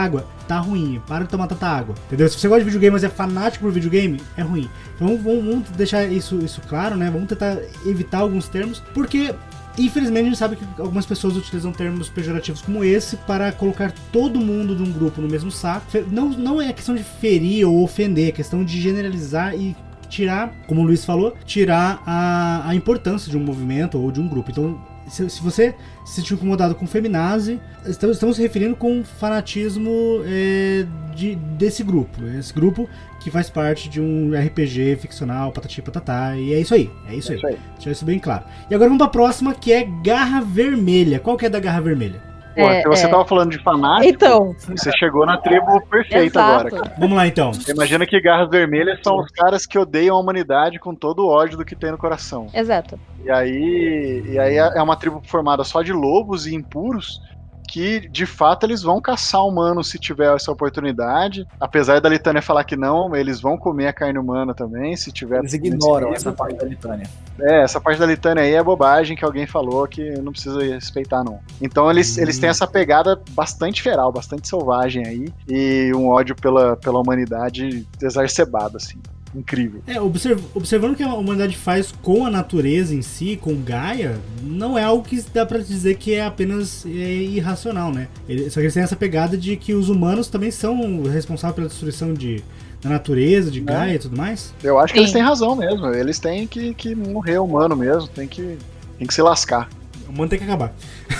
tá ruim. Para de tomar tanta água. Entendeu? Se você gosta de videogame, mas é fanático por videogame, é ruim. Então vamos, vamos deixar isso, isso claro, né? Vamos tentar evitar alguns termos, porque infelizmente a gente sabe que algumas pessoas utilizam termos pejorativos como esse para colocar todo mundo de um grupo no mesmo saco. Não, não é questão de ferir ou ofender, é questão de generalizar e tirar, como o Luiz falou, tirar a, a importância de um movimento ou de um grupo. Então, se, se você se sentiu incomodado com feminazi, estamos, estamos se referindo com fanatismo é, de, desse grupo. Esse grupo que faz parte de um R P G ficcional, patati patatá, e é isso aí. É isso, é isso aí. aí. Deixa isso bem claro. E agora vamos pra próxima, que é Garra Vermelha. Qual que é da Garra Vermelha? Pô, é, você é. tava falando de fanático, então, você chegou na tribo perfeita agora, cara. Vamos lá, então. Você imagina que Garras Vermelhas são os caras que odeiam a humanidade com todo o ódio do que tem no coração. Exato. E aí, e aí é uma tribo formada só de lobos e impuros, que de fato eles vão caçar humanos se tiver essa oportunidade. Apesar da Litânia falar que não, eles vão comer a carne humana também, se tiver. Eles ignoram essa parte da Litânia. É, essa parte da Litânia aí é bobagem que alguém falou que não precisa respeitar, não. Então eles, hum. eles têm essa pegada bastante feral, bastante selvagem aí, e um ódio pela, pela humanidade exacerbado, assim. Incrível. É, observ, observando o que a humanidade faz com a natureza em si, com Gaia, não é algo que dá pra dizer que é apenas é, irracional, né? Ele, só que eles têm essa pegada de que os humanos também são responsáveis pela destruição de, da natureza, de Gaia é. e tudo mais. Eu acho que Sim. eles têm razão mesmo. Eles têm que, que morrer humano mesmo, tem que, tem que se lascar. O humano tem que acabar.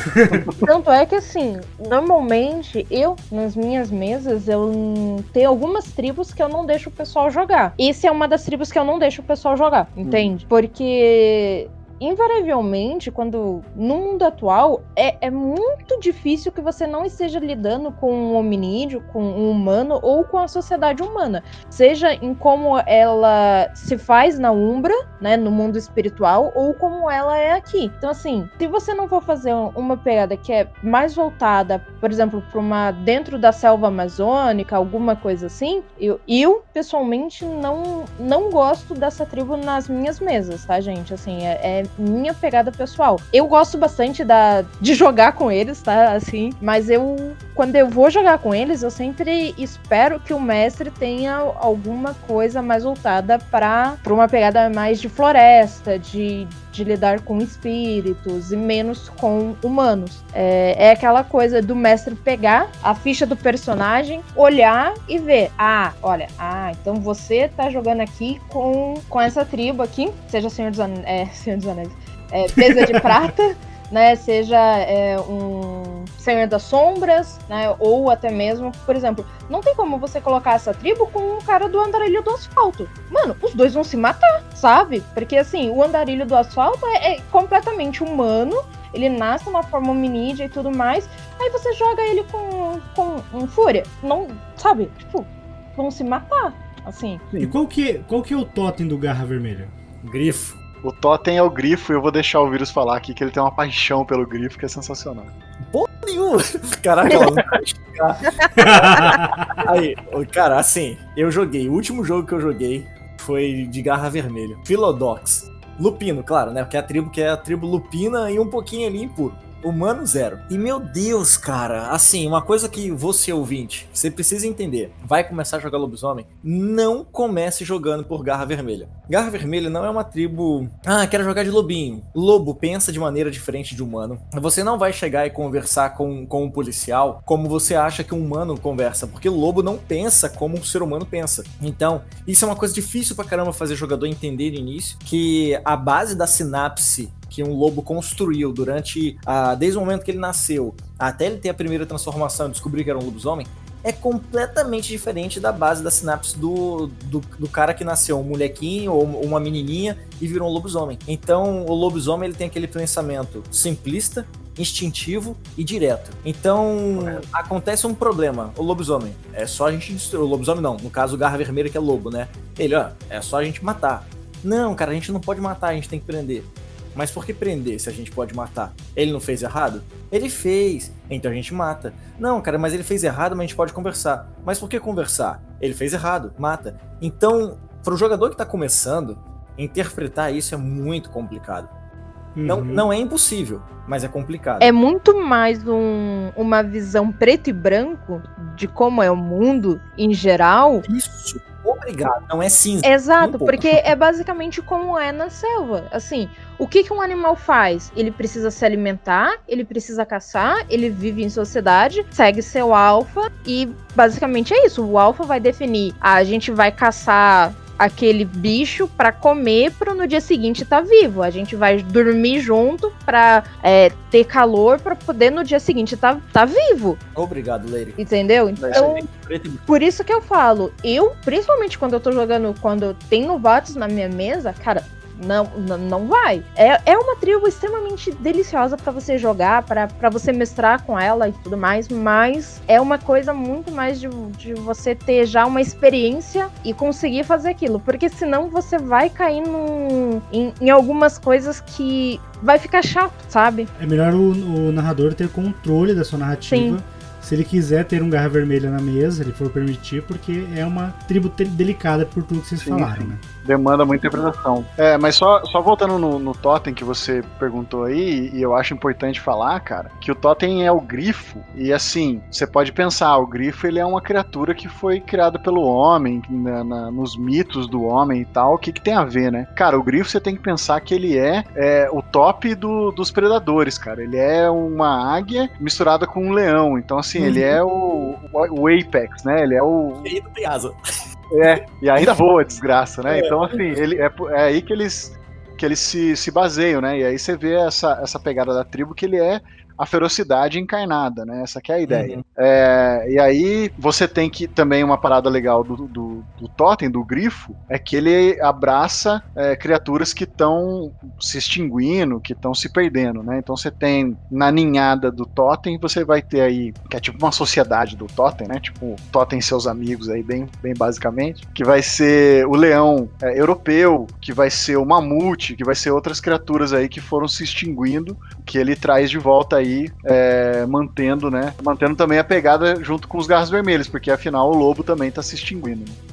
Tanto é que, assim, normalmente eu, nas minhas mesas, eu tenho algumas tribos que eu não deixo o pessoal jogar. Essa é uma das tribos que eu não deixo o pessoal jogar, entende? Hum. Porque invariavelmente, quando no mundo atual, é, é muito difícil que você não esteja lidando com um hominídeo, com um humano ou com a sociedade humana. Seja em como ela se faz na Umbra, né, no mundo espiritual, ou como ela é aqui. Então, assim, se você não for fazer uma pegada que é mais voltada, por exemplo, para uma dentro da selva amazônica, alguma coisa assim, eu, eu pessoalmente não, não gosto dessa tribo nas minhas mesas, tá, gente? Assim, é, é minha pegada pessoal. Eu gosto bastante da, de jogar com eles, tá, assim, mas eu, quando eu vou jogar com eles, eu sempre espero que o mestre tenha alguma coisa mais voltada para uma pegada mais de floresta, de, de lidar com espíritos e menos com humanos. É, é aquela coisa do mestre pegar a ficha do personagem, olhar e ver, ah, olha, ah, então você tá jogando aqui com, com essa tribo aqui, seja Senhor dos Anéis, é, Senhor dos Anéis, é, Mesa de Prata, né, seja é, um Senhor das Sombras, né, ou até mesmo, por exemplo, não tem como você colocar essa tribo com um cara do Andarilho do Asfalto. Mano, os dois vão se matar, sabe? Porque, assim, o Andarilho do Asfalto é, é completamente humano, ele nasce numa forma hominídea e tudo mais, aí você joga ele com, com um Fúria, não, sabe? Tipo, vão se matar, assim. E qual que, qual que é o totem do Garra Vermelha? Grifo. O totem é o grifo e eu vou deixar o Vírus falar aqui que ele tem uma paixão pelo grifo que é sensacional. Porra nenhuma! Caraca, ela não vai chegar. Aí, cara, assim, eu joguei, o último jogo que eu joguei foi de Garra Vermelha. Philodox. Lupino, claro, né? Porque é a tribo que é a tribo lupina e um pouquinho ali impuro. Humano zero. E meu Deus, cara, assim, uma coisa que você ouvinte, você precisa entender, vai começar a jogar lobisomem, não comece jogando por Garra Vermelha. Garra Vermelha não é uma tribo, ah, quero jogar de lobinho. Lobo pensa de maneira diferente de humano. Você não vai chegar e conversar com, com um policial como você acha que um humano conversa, porque o lobo não pensa como um ser humano pensa. Então, isso é uma coisa difícil pra caramba fazer o jogador entender no início, que a base da sinapse que um lobo construiu durante, a, desde o momento que ele nasceu, até ele ter a primeira transformação e descobrir que era um lobisomem, é completamente diferente da base da sinapse do, do, do cara que nasceu um molequinho ou uma menininha e virou um lobisomem. Então, o lobisomem ele tem aquele pensamento simplista, instintivo e direto. Então, é. acontece um problema. O lobisomem, é só a gente destruir. O lobisomem não, no caso o Garra Vermelha que é lobo, né? Ele, ó, é só a gente matar. Não, cara, a gente não pode matar, a gente tem que prender. Mas por que prender se a gente pode matar? Ele não fez errado? Ele fez, então a gente mata. Não, cara, mas ele fez errado, mas a gente pode conversar. Mas por que conversar? Ele fez errado, mata. Então, para o jogador que está começando, interpretar isso é muito complicado. Não, Uhum. não é impossível, mas é complicado. É muito mais um, uma visão preto e branco de como é o mundo em geral. Isso, obrigado. Não é cinza. Nem Exato, um pouco. porque é basicamente como é na selva. Assim, o que, que um animal faz? Ele precisa se alimentar, ele precisa caçar, ele vive em sociedade, segue seu alfa e basicamente é isso. O alfa vai definir, ah, a gente vai caçar aquele bicho pra comer pro no dia seguinte tá vivo. A gente vai dormir junto pra é, ter calor pra poder no dia seguinte tá, tá vivo. Obrigado, Leire. Entendeu? Então, Preto e branco. por isso que eu falo, eu, principalmente quando eu tô jogando, quando tem novatos na minha mesa, cara, não, não, não vai. É, é uma tribo extremamente deliciosa pra você jogar, pra pra você mestrar com ela e tudo mais, mas é uma coisa muito mais de, de você ter já uma experiência e conseguir fazer aquilo, porque senão você vai cair num, em, em algumas coisas que vai ficar chato, sabe? É melhor o, o narrador ter controle da sua narrativa. Sim. Se ele quiser ter um garra vermelha na mesa, ele for permitir, porque é uma tribo te- delicada por tudo que vocês Sim, falaram, sim. né? Demanda muita interpretação. É, mas só, só voltando no, no totem que você perguntou aí, e eu acho importante falar, cara, que o totem é o grifo, e assim, você pode pensar, o grifo ele é uma criatura que foi criada pelo homem, na- na- nos mitos do homem e tal, o que que tem a ver, né? Cara, o grifo você tem que pensar que ele é, é o top do- dos predadores, cara. Ele é uma águia misturada com um leão, então assim, Uhum. ele é o, o apex, né? Ele é o, E aí não tem asa. é, e ainda voa, desgraça, né? Então, assim, ele, é, é aí que eles, que eles se, se baseiam, né? E aí você vê essa, essa pegada da tribo que ele é a ferocidade encarnada, né? Essa que é a ideia. Uhum. É, e aí você tem que também uma parada legal do, do, do totem, do grifo, é que ele abraça é, criaturas que estão se extinguindo, que estão se perdendo, né? Então você tem na ninhada do totem, você vai ter aí, que é tipo uma sociedade do totem, né? Tipo, totem e seus amigos aí, bem, bem basicamente, que vai ser o leão é, europeu, que vai ser o mamute, que vai ser outras criaturas aí que foram se extinguindo, que ele traz de volta aí, é, mantendo, né? Mantendo também a pegada junto com os garras vermelhos, porque afinal o lobo também tá se extinguindo. Né?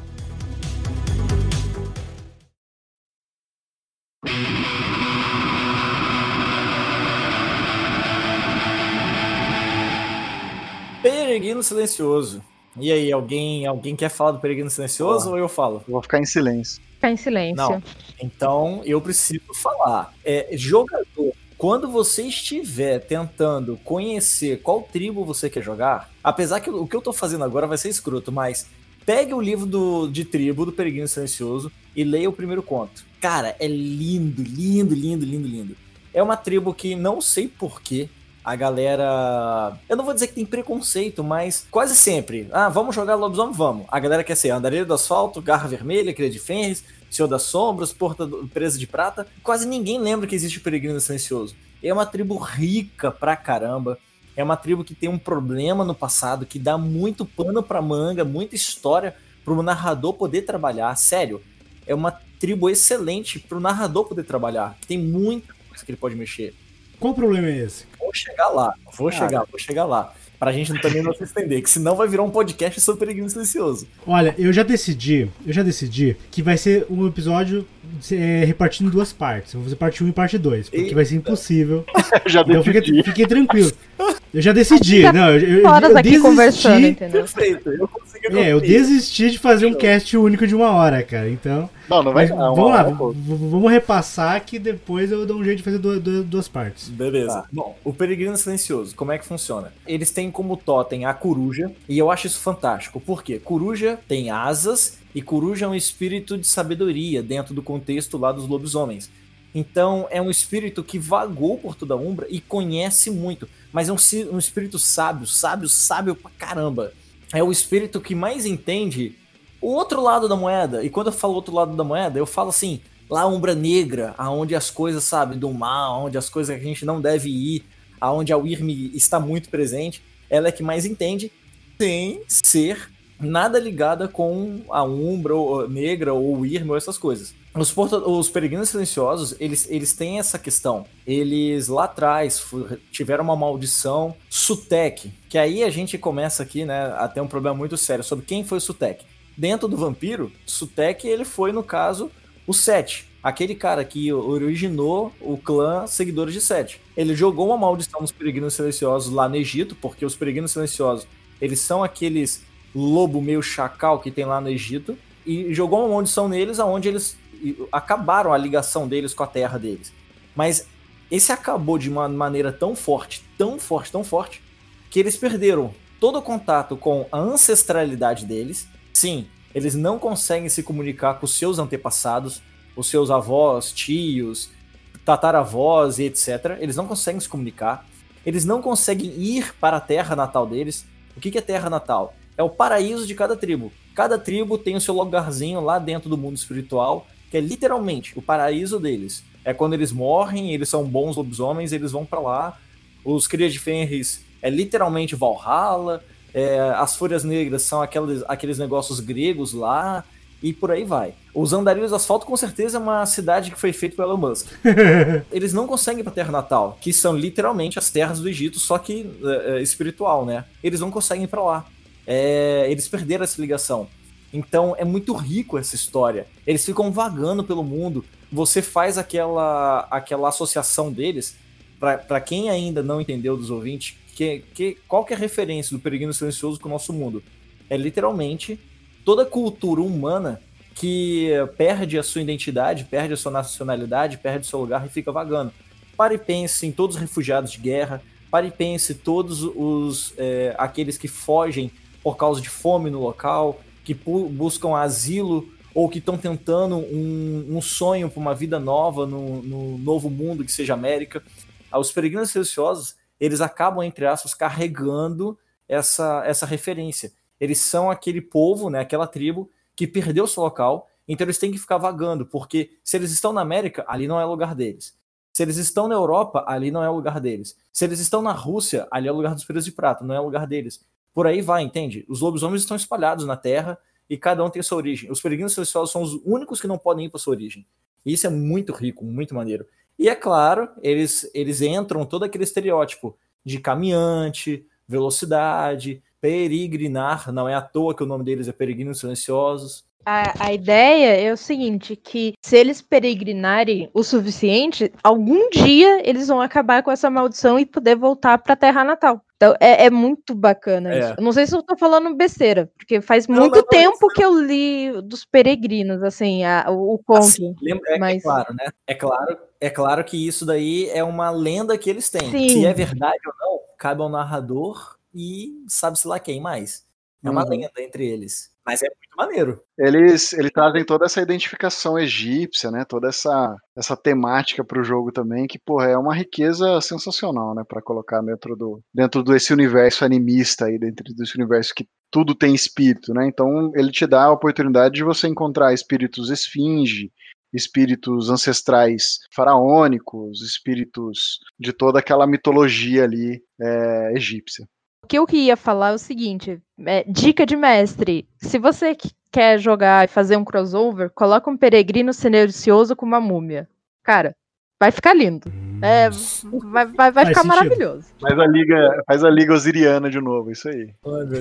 Peregrino Silencioso. E aí, alguém, alguém quer falar do Peregrino Silencioso Ó. ou eu falo? Eu vou ficar em silêncio. Ficar em silêncio. Não. Então, eu preciso falar. É, jogador, quando você estiver tentando conhecer qual tribo você quer jogar, apesar que o que eu tô fazendo agora vai ser escroto, mas pegue o livro do, de tribo do Peregrino Silencioso e leia o primeiro conto. Cara, é lindo, lindo, lindo, lindo, lindo. É uma tribo que não sei porquê a galera... Eu não vou dizer que tem preconceito, mas quase sempre. Ah, vamos jogar lobisomem? Vamos. A galera quer ser Andarilha do Asfalto, Garra Vermelha, Cria de Fênix, Senhor das Sombras, Porta do... Presa de Prata. Quase ninguém lembra que existe o Peregrino Silencioso. É uma tribo rica pra caramba. É uma tribo que tem um problema no passado, que dá muito pano pra manga, muita história pro narrador poder trabalhar. Sério, é uma tribo excelente pro narrador poder trabalhar. Tem muita coisa que ele pode mexer. Qual o problema é esse? Vou chegar lá, vou Cara. chegar, vou chegar lá. Pra gente também não se estender, que senão vai virar um podcast sobre Peregrino Silencioso. Olha, eu já decidi, eu já decidi que vai ser um episódio é, repartido em duas partes. Eu vou fazer parte um e parte dois, porque Eita. vai ser impossível. Já Então decidi. fiquem fiquem tranquilos. Eu já decidi, Fica não, eu, eu, Horas eu aqui desisti, conversando, entendeu? Perfeito, eu consegui É, eu cumprir. desisti de fazer um cast único de uma hora, cara. Então, Não, não vai mas dar. vamos lá, uma- uma- v- vamos repassar que depois eu dou um jeito de fazer duas, duas, duas partes. Beleza. Tá. Bom, o Peregrino Silencioso, como é que funciona? Eles têm como totem a coruja, e eu acho isso fantástico. Por quê? Coruja tem asas, e coruja é um espírito de sabedoria dentro do contexto lá dos lobisomens. Então, é um espírito que vagou por toda a Umbra e conhece muito. Mas é um, ci- um espírito sábio, sábio, sábio pra caramba. É o espírito que mais entende o outro lado da moeda. E quando eu falo outro lado da moeda, eu falo assim, lá a Umbra Negra, aonde as coisas, sabe, do mal, onde as coisas que a gente não deve ir, aonde a Wyrm está muito presente, ela é que mais entende, sem ser nada ligada com a Umbra ou, Negra ou Wyrm ou essas coisas. Os, porta, os Peregrinos Silenciosos, eles, eles têm essa questão. Eles lá atrás fu- tiveram uma maldição Sutek, que aí a gente começa aqui, né, a ter um problema muito sério sobre quem foi o Sutek. Dentro do vampiro, Sutek, ele foi, no caso, o Sete. aquele cara que originou o clã Seguidores de Sete. Ele jogou uma maldição nos Peregrinos Silenciosos lá no Egito, porque os Peregrinos Silenciosos, eles são aqueles lobo meio chacal que tem lá no Egito, e jogou uma maldição neles, aonde eles acabaram a ligação deles com a terra deles. Mas esse acabou de uma maneira tão forte, tão forte, tão forte, que eles perderam todo o contato com a ancestralidade deles. Sim, eles não conseguem se comunicar com os seus antepassados, os seus avós, tios, tataravós e etcétera. Eles não conseguem se comunicar. Eles não conseguem ir para a terra natal deles. O que é terra natal? É o paraíso de cada tribo. Cada tribo tem o seu lugarzinho lá dentro do mundo espiritual, que é literalmente o paraíso deles. É quando eles morrem, eles são bons lobisomens, eles vão pra lá. Os Cria de Fenris é literalmente Valhalla. É, as Fúrias Negras são aqueles, aqueles negócios gregos lá. E por aí vai. Os Andarilhos do Asfalto com certeza é uma cidade que foi feita pelo Elon Musk. Eles não conseguem ir pra Terra Natal, que são literalmente as terras do Egito, só que é, espiritual, né? Eles não conseguem ir pra lá. É, eles perderam essa ligação. Então é muito rico essa história. Eles ficam vagando pelo mundo. Você faz aquela, aquela associação deles. Para quem ainda não entendeu dos ouvintes, que, que, qual que é a referência do Peregrino Silencioso com o nosso mundo? É literalmente toda cultura humana que perde a sua identidade, perde a sua nacionalidade, perde o seu lugar e fica vagando. Pare e pense em todos os refugiados de guerra. Pare e pense em todos os é, aqueles que fogem por causa de fome no local, que buscam asilo ou que estão tentando um, um sonho para uma vida nova no, no novo mundo que seja América. Os Peregrinos Silenciosos, eles acabam, entre aspas, carregando essa, essa referência. Eles são aquele povo, né, aquela tribo que perdeu seu local, então eles têm que ficar vagando, porque se eles estão na América, ali não é lugar deles. Se eles estão na Europa, ali não é o lugar deles. Se eles estão na Rússia, ali é o lugar dos Filhos de Prata, não é o lugar deles. Por aí vai, entende? Os lobisomens estão espalhados na Terra e cada um tem sua origem. Os Peregrinos Silenciosos são os únicos que não podem ir para sua origem. E isso é muito rico, muito maneiro. E é claro, eles, eles entram todo aquele estereótipo de caminhante, velocidade, peregrinar. Não é à toa que o nome deles é Peregrinos Silenciosos. A, a ideia é o seguinte, que se eles peregrinarem o suficiente, algum dia eles vão acabar com essa maldição e poder voltar pra terra natal. Então é, é muito bacana É. isso. Eu não sei se eu tô falando besteira, porque faz Não, muito não, não, tempo não. que eu li dos peregrinos, assim, a, o, o conto. Assim, lembra- é, mas... é claro, né? É claro, é claro que isso daí é uma lenda que eles têm. Sim. Se é verdade ou não, cabe ao narrador e sabe-se lá quem mais. É uma Uhum. lenda entre eles. Mas é muito maneiro. Eles, eles trazem toda essa identificação egípcia, né? Toda essa, essa temática pro jogo também, que, porra, é uma riqueza sensacional, né? Pra colocar dentro do dentro desse universo animista aí, dentro desse universo que tudo tem espírito, né? Então ele te dá a oportunidade de você encontrar espíritos esfinge, espíritos ancestrais faraônicos, espíritos de toda aquela mitologia ali é, egípcia. O que eu ia falar é o seguinte, é, dica de mestre, se você qu- quer jogar e fazer um crossover, coloca um peregrino silencioso com uma múmia. Cara, vai ficar lindo. É, vai vai, vai Faz ficar sentido. maravilhoso. Faz a liga, faz a liga osiriana de novo, isso aí.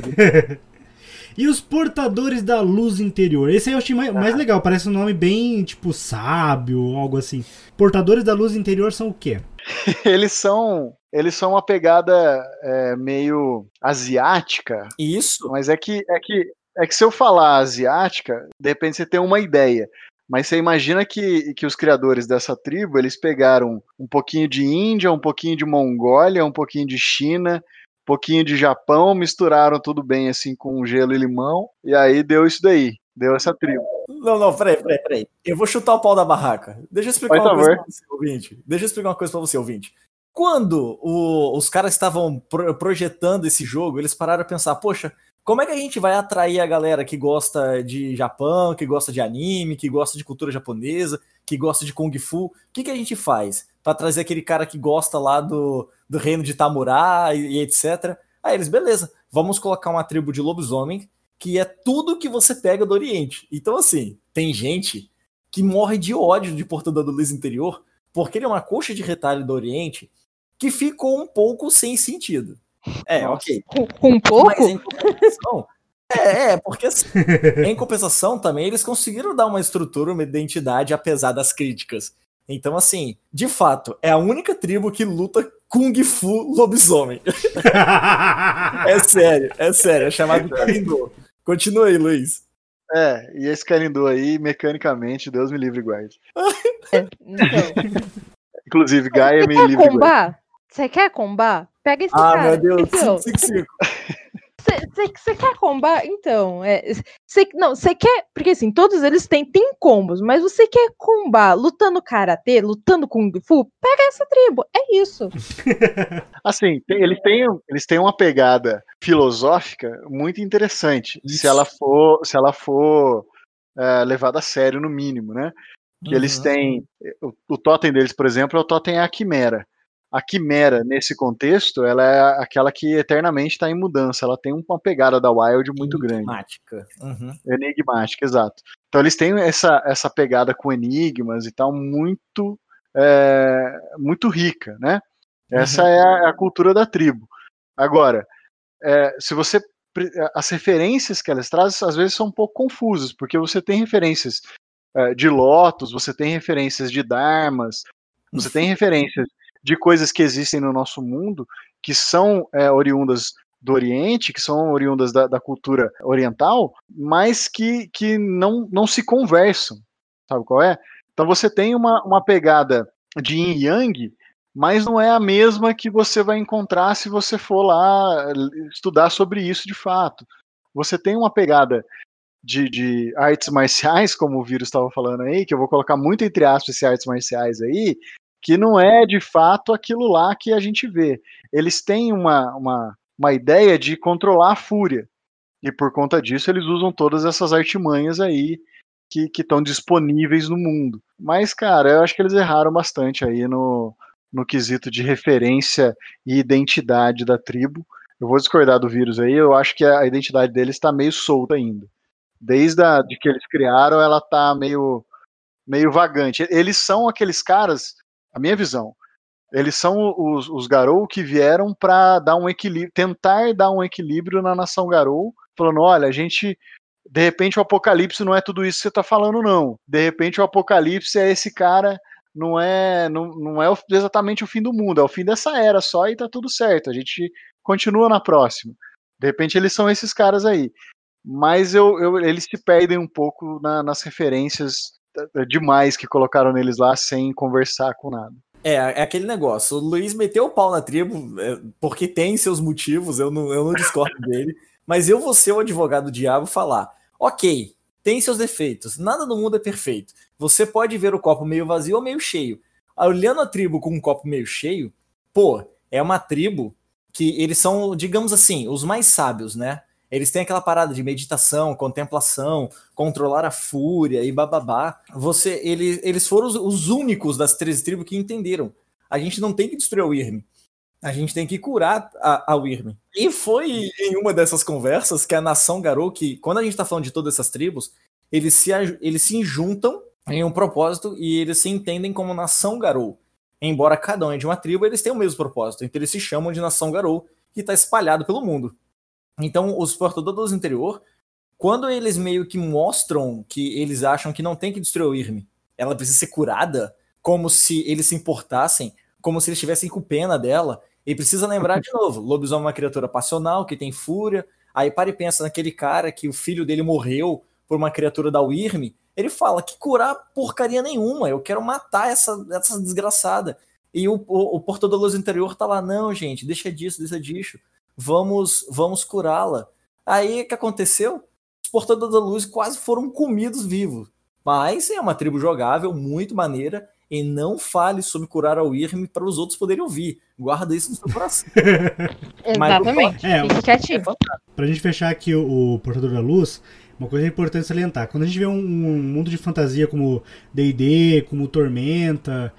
E os Portadores da Luz Interior? Esse aí eu achei mais, mais legal, parece um nome bem, tipo, sábio, algo assim. Portadores da Luz Interior são o quê? Eles são, eles são uma pegada é, meio asiática, Isso. mas é que, é que é que se eu falar asiática, de repente você tem uma ideia. Mas você imagina que, que os criadores dessa tribo, eles pegaram um pouquinho de Índia, um pouquinho de Mongólia, um pouquinho de China, um pouquinho de Japão, misturaram tudo bem assim com gelo e limão, e aí deu isso daí, deu essa tribo. Não, não, peraí, peraí, peraí. Eu vou chutar o pau da barraca. Deixa eu explicar Por uma coisa favor. pra você, ouvinte. Deixa eu explicar uma coisa pra você, ouvinte. Quando o- os caras estavam pro- projetando esse jogo, eles pararam a pensar, poxa, como é que a gente vai atrair a galera que gosta de Japão, que gosta de anime, que gosta de cultura japonesa, que gosta de Kung Fu? O que, que a gente faz pra trazer aquele cara que gosta lá do, do reino de Tamurá e, e etcétera? Aí eles, beleza, vamos colocar uma tribo de lobisomem que é tudo que você pega do Oriente. Então, assim, tem gente que morre de ódio de Portador da Luz Interior porque ele é uma coxa de retalho do Oriente que ficou um pouco sem sentido. É, Nossa. ok. Com, com um pouco? Mas em compensação, É, é, porque assim, em compensação também eles conseguiram dar uma estrutura, uma identidade, apesar das críticas. Então, assim, de fato, é a única tribo que luta Kung Fu lobisomem. É sério, é sério, é chamado Kalindo. Continua aí, Luiz. É, e esse Kalindo aí, mecanicamente, Deus me livre e guarde. É, então. Inclusive, Gaia me Você quer livre e guarde. combar? Você quer combar? Pega esse Ah, cara. meu Deus, Então, cinco, cinco, cinco. Você quer combar? Então, é, cê, não, você quer. Porque assim, todos eles têm, têm combos, mas você quer combar lutando karatê, lutando Kung Fu? Pega essa tribo, é isso. Assim, tem- eles, têm, eles têm uma pegada filosófica muito interessante, Isso. se ela for, se ela for é, levada a sério, no mínimo, né? Que eles Uhum. têm. O, o totem deles, por exemplo, é o totem a quimera. A quimera, nesse contexto, ela é aquela que eternamente está em mudança. Ela tem uma pegada da Wild muito grande. Enigmática. Uhum. Enigmática, exato. Então eles têm essa, essa pegada com enigmas e tal, muito, é, muito rica, né? Essa Uhum. é a, a cultura da tribo. Agora, é, se você. As referências que elas trazem, às vezes, são um pouco confusas, porque você tem referências é, de Lotus, você tem referências de Dharmas, você tem referências de coisas que existem no nosso mundo que são é, oriundas do Oriente, que são oriundas da, da cultura oriental, mas que, que não, não se conversam. Sabe qual é? Então você tem uma, uma pegada de Yin e Yang, mas não é a mesma que você vai encontrar se você for lá estudar sobre isso de fato. Você tem uma pegada de, de artes marciais, como o Vírus estava falando aí, que eu vou colocar muito entre aspas esse artes marciais aí, que não é de fato aquilo lá que a gente vê. Eles têm uma, uma, uma ideia de controlar a fúria, e por conta disso eles usam todas essas artimanhas aí que estão disponíveis no mundo. Mas, cara, eu acho que eles erraram bastante aí no, no quesito de referência e identidade da tribo. Eu vou discordar do Vírus aí, eu acho que a identidade deles está meio solta ainda. Desde a, de que eles criaram, ela tá meio, meio vagante. Eles são aqueles caras, a minha visão, eles são os, os Garou que vieram para dar um equilíbrio, tentar dar um equilíbrio na nação Garou, falando, olha, a gente, de repente o Apocalipse não é tudo isso que você tá falando, não. De repente o Apocalipse é esse cara, não é, não, não é exatamente o fim do mundo, é o fim dessa era só e tá tudo certo, a gente continua na próxima. De repente eles são esses caras aí. Mas eu, eu, eles se perdem um pouco na, nas referências demais que colocaram neles lá sem conversar com nada. É, é aquele negócio. O Luiz meteu o pau na tribo, é, porque tem seus motivos, eu não, eu não discordo dele. Mas eu vou ser o advogado do diabo falar: ok, tem seus defeitos, nada no mundo é perfeito. Você pode ver o copo meio vazio ou meio cheio. Olhando a tribo com um copo meio cheio, pô, é uma tribo que eles são, digamos assim, os mais sábios, né? Eles têm aquela parada de meditação, contemplação, controlar a fúria e bababá. Você, eles, eles foram os, os únicos das treze tribos que entenderam. A gente não tem que destruir o Wyrm. A gente tem que curar a, a Wyrm. E foi em uma dessas conversas que a nação Garou, que quando a gente tá falando de todas essas tribos, eles se, eles se juntam em um propósito e eles se entendem como nação Garou. Embora cada um é de uma tribo, eles têm o mesmo propósito. Então eles se chamam de nação Garou, que está espalhado pelo mundo. Então, os portadores do interior, quando eles meio que mostram que eles acham que não tem que destruir o Wyrm, ela precisa ser curada, como se eles se importassem, como se eles estivessem com pena dela, e precisa lembrar de novo, lobisomem é uma criatura passional, que tem fúria, aí para e pensa naquele cara que o filho dele morreu por uma criatura da Wyrm, ele fala que curar porcaria nenhuma, eu quero matar essa, essa desgraçada. E o, o, o portador do interior tá lá, não, gente, deixa disso, deixa disso. Vamos, vamos curá-la. Aí o que aconteceu? Os portadores da luz quase foram comidos vivos. Mas é uma tribo jogável, muito maneira. E não fale sobre curar a Wyrm para os outros poderem ouvir. Guarda isso no seu coração. Exatamente. É, Fique quietinho. Pra gente fechar aqui o, o Portador da Luz, uma coisa importante salientar. Quando a gente vê um, um mundo de fantasia como D e D, como Tormenta,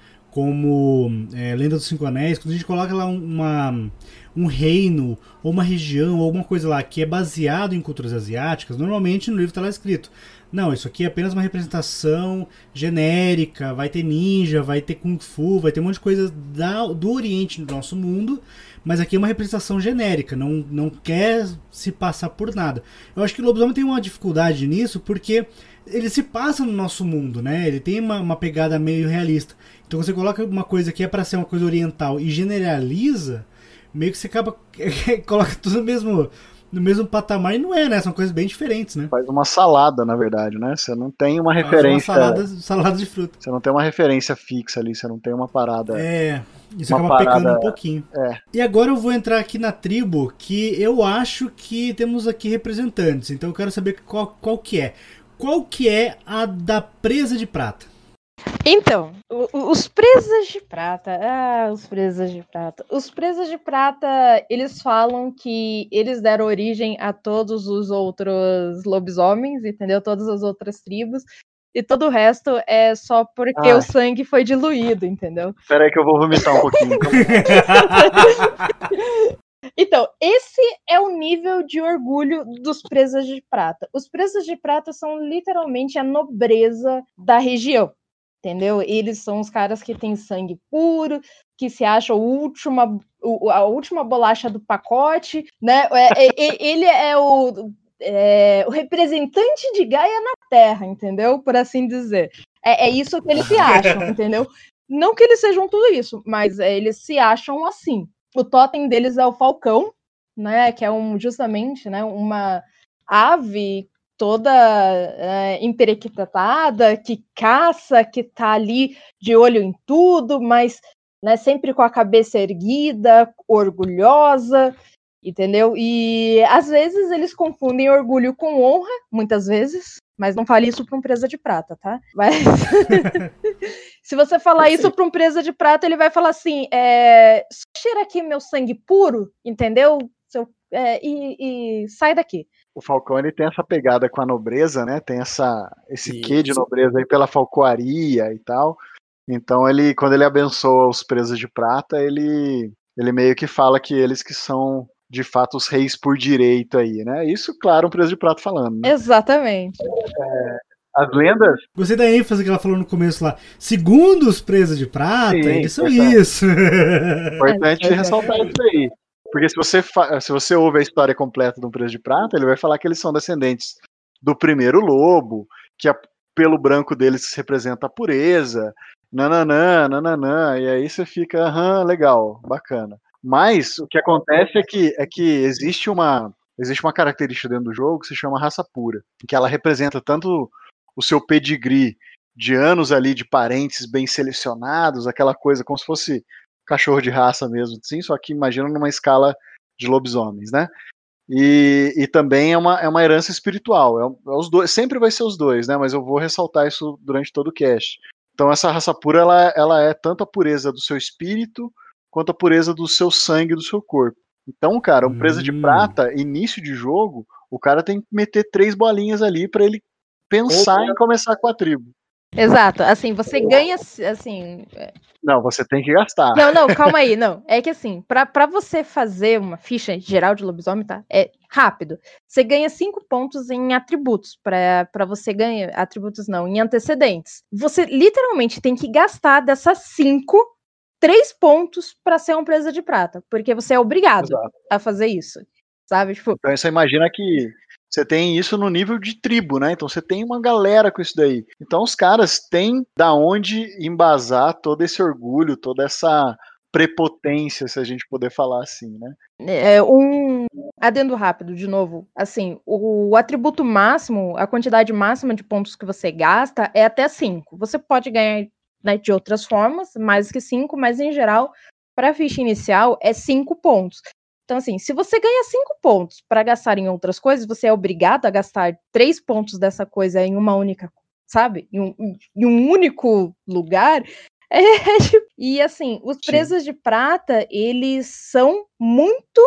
como é, Lenda dos Cinco Anéis, quando a gente coloca lá uma, um reino, ou uma região, ou alguma coisa lá que é baseado em culturas asiáticas, normalmente no livro está lá escrito: não, isso aqui é apenas uma representação genérica, vai ter ninja, vai ter kung fu, vai ter um monte de coisa da, do Oriente do nosso mundo, mas aqui é uma representação genérica, não, não quer se passar por nada. Eu acho que o lobisomem tem uma dificuldade nisso, porque ele se passa no nosso mundo, né? Ele tem uma, uma pegada meio realista. Então você coloca uma coisa que é para ser uma coisa oriental e generaliza, meio que você acaba coloca tudo no mesmo, no mesmo patamar, e não é, né? São coisas bem diferentes, né? Faz uma salada, na verdade, né? Você não tem uma Faz referência. Uma salada, salada de fruta. Você não tem uma referência fixa ali, você não tem uma parada. É, isso uma acaba parada, pecando um pouquinho. É. E agora eu vou entrar aqui na tribo que eu acho que temos aqui representantes. Então eu quero saber qual, qual que é. Qual que é a da presa de prata? Então, o- o- os presas de prata, ah, os presas de prata. Os presas de prata, eles falam que eles deram origem a todos os outros lobisomens, entendeu? Todas as outras tribos. E todo o resto é só porque Ah. o sangue foi diluído, entendeu? Pera aí que eu vou vomitar um pouquinho. Então, esse é o nível de orgulho dos presas de prata. Os presas de prata são literalmente a nobreza da região, entendeu? Eles são os caras que têm sangue puro, que se acham o última, o- a última bolacha do pacote, né? É- é- é- ele é o, é o representante de Gaia na Terra, entendeu? Por assim dizer. É, é isso que eles se acham, entendeu? Não que eles sejam tudo isso, mas é, eles se acham assim. O totem deles é o falcão, né? Que é um justamente, né? Uma ave toda é, emperequetada, que caça, que tá ali de olho em tudo, mas né, sempre com a cabeça erguida, orgulhosa, entendeu? E às vezes eles confundem orgulho com honra, muitas vezes, mas não fale isso para um presa de prata, tá? Mas se você falar isso para um presa de prata, ele vai falar assim: é, só cheira aqui meu sangue puro, entendeu? Seu, é, e, e sai daqui. O Falcão, ele tem essa pegada com a nobreza, né? Tem essa, esse Isso. quê de nobreza aí pela falcoaria e tal. Então, ele, quando ele abençoa os presos de prata, ele, ele meio que fala que eles que são, de fato, os reis por direito aí, né? Isso, claro, um preso de prata falando, né? Exatamente. As lendas... Gostei da ênfase que ela falou no começo lá. Segundo os presas de prata, Sim, eles são importante. isso. Importante É, ressaltar isso aí. Porque se você, fa- se você ouve a história completa de um preso de prata, ele vai falar que eles são descendentes do primeiro lobo, que a- pelo branco deles representa a pureza, nananã, nananã, e aí você fica, aham, legal, bacana. Mas o que acontece é que, é que existe uma existe uma característica dentro do jogo que se chama raça pura, que ela representa tanto o seu pedigree de anos ali de parentes bem selecionados, aquela coisa como se fosse cachorro de raça mesmo, sim, só que imagina numa escala de lobisomens, né? E, e também é uma, é uma herança espiritual, é, é os dois, sempre vai ser os dois, né? Mas eu vou ressaltar isso durante todo o cast. Então essa raça pura, ela, ela é tanto a pureza do seu espírito, quanto a pureza do seu sangue e do seu corpo. Então, cara, um presa de Hum. prata, início de jogo, o cara tem que meter três bolinhas ali pra ele pensar Opa. em começar com a tribo. Exato. Assim, você ganha, assim... Não, você tem que gastar. Não, não, calma aí, não. É que assim, pra, pra você fazer uma ficha geral de lobisomem, tá? É rápido. Você ganha cinco pontos em atributos. Pra, pra você ganhar... Atributos não, em antecedentes. Você literalmente tem que gastar dessas cinco, três pontos pra ser um presa de prata. Porque você é obrigado Exato. a fazer isso. Sabe? Tipo, Então você imagina que você tem isso no nível de tribo, né? Então você tem uma galera com isso daí. Então os caras têm da onde embasar todo esse orgulho, toda essa prepotência, se a gente puder falar assim, né? é, um adendo rápido, de novo. Assim, o, o atributo máximo, a quantidade máxima de pontos que você gasta é até cinco. Você pode ganhar, né, de outras formas, mais que cinco, mas em geral, para a ficha inicial, é cinco pontos. Então, assim, se você ganha cinco pontos para gastar em outras coisas, você é obrigado a gastar três pontos dessa coisa em uma única, sabe? Em um, em um único lugar. É, tipo, e assim, os Sim. presos de prata, eles são muito,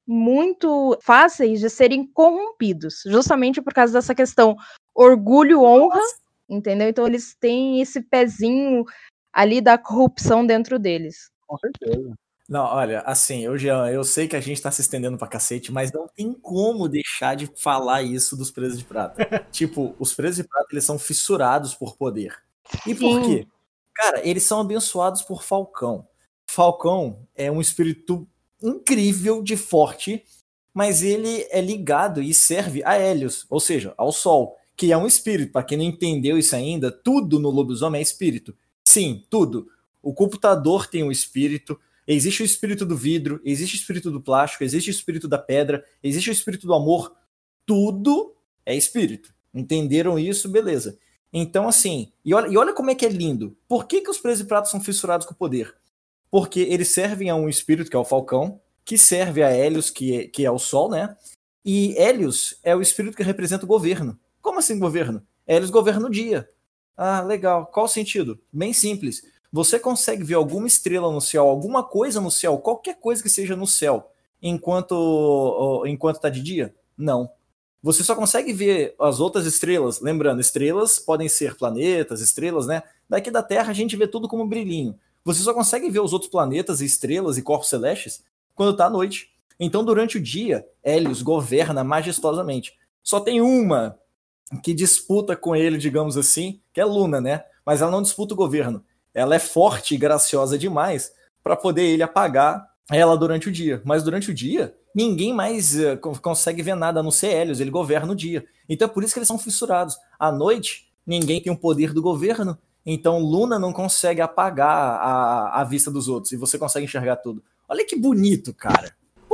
muito fáceis de serem corrompidos, justamente por causa dessa questão orgulho, honra, entendeu? Então eles têm esse pezinho ali da corrupção dentro deles. Com certeza. Não, olha, assim, eu, Jean, eu sei que a gente tá se estendendo pra cacete, mas não tem como deixar de falar isso dos presos de prata. Tipo, os presos de prata, eles são fissurados por poder. E por Sim. quê? Cara, eles são abençoados por Falcão. Falcão é um espírito incrível de forte, mas ele é ligado e serve a Hélios, ou seja, ao Sol, que é um espírito. Pra quem não entendeu isso ainda, tudo no lobisomem é espírito. Sim, tudo. O computador tem um espírito. Existe o espírito do vidro, existe o espírito do plástico, existe o espírito da pedra, existe o espírito do amor. Tudo é espírito. Entenderam isso? Beleza. Então, assim, e olha, e olha como é que é lindo. Por que, que os presos de prata são fissurados com o poder? Porque eles servem a um espírito, que é o Falcão, que serve a Hélios, que é, que é o Sol, né? E Hélios é o espírito que representa o governo. Como assim governo? Hélios governa o dia. Ah, legal. Qual o sentido? Bem simples. Você consegue ver alguma estrela no céu, alguma coisa no céu, qualquer coisa que seja no céu, enquanto enquanto tá de dia? Não. Você só consegue ver as outras estrelas. Lembrando, estrelas podem ser planetas, estrelas, né? Daqui da Terra a gente vê tudo como brilhinho. Você só consegue ver os outros planetas, estrelas e corpos celestes quando tá à noite. Então, durante o dia, Hélios governa majestosamente. Só tem uma que disputa com ele, digamos assim, que é Luna, né? Mas ela não disputa o governo. Ela é forte e graciosa demais para poder ele apagar ela durante o dia. Mas durante o dia, ninguém mais uh, consegue ver nada, a não ser Hélios. Ele governa o dia. Então é por isso que eles são fissurados. À noite, ninguém tem o poder do governo. Então Luna não consegue apagar a, a vista dos outros. E você consegue enxergar tudo. Olha que bonito, cara.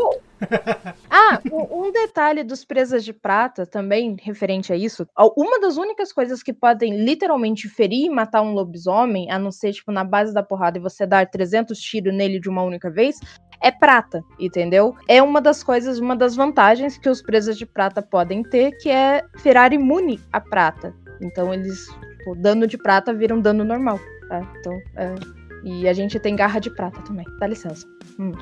Ah, um detalhe dos presas de prata também, referente a isso, uma das únicas coisas que podem literalmente ferir e matar um lobisomem, a não ser, tipo, na base da porrada e você dar trezentos tiros nele de uma única vez, é prata, entendeu? É uma das coisas, uma das vantagens que os presas de prata podem ter, que é virar imune à prata. Então eles, tipo, dano de prata vira um dano normal, tá? Então, é... E a gente tem garra de prata também, dá licença. Hum.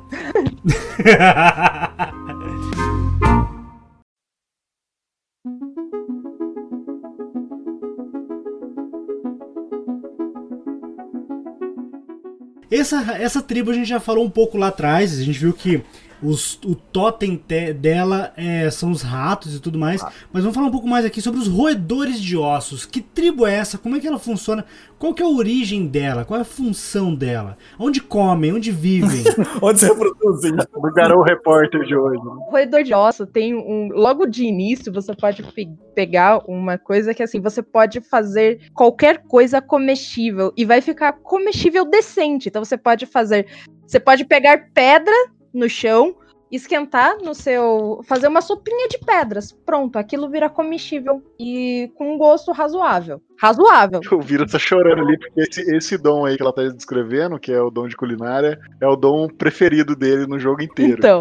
Essa, essa tribo a gente já falou um pouco lá atrás, a gente viu que os, o totem te, dela é, são os ratos e tudo mais, ah. mas vamos falar um pouco mais aqui sobre os roedores de ossos. Que tribo é essa? Como é que ela funciona? Qual que é a origem dela? Qual é a função dela? Onde comem? Onde vivem? Onde se reproduzem? Do Garou Repórter de hoje. O roedor de osso tem um... Logo de início, você pode pe- pegar uma coisa que, assim, você pode fazer qualquer coisa comestível e vai ficar comestível decente. Então você pode fazer... Você pode pegar pedra no chão, esquentar no seu... Fazer uma sopinha de pedras. Pronto, aquilo vira comestível e com um gosto razoável. Razoável. O Vira tá chorando ali, porque esse, esse dom aí que ela tá descrevendo, que é o dom de culinária, é o dom preferido dele no jogo inteiro. Então.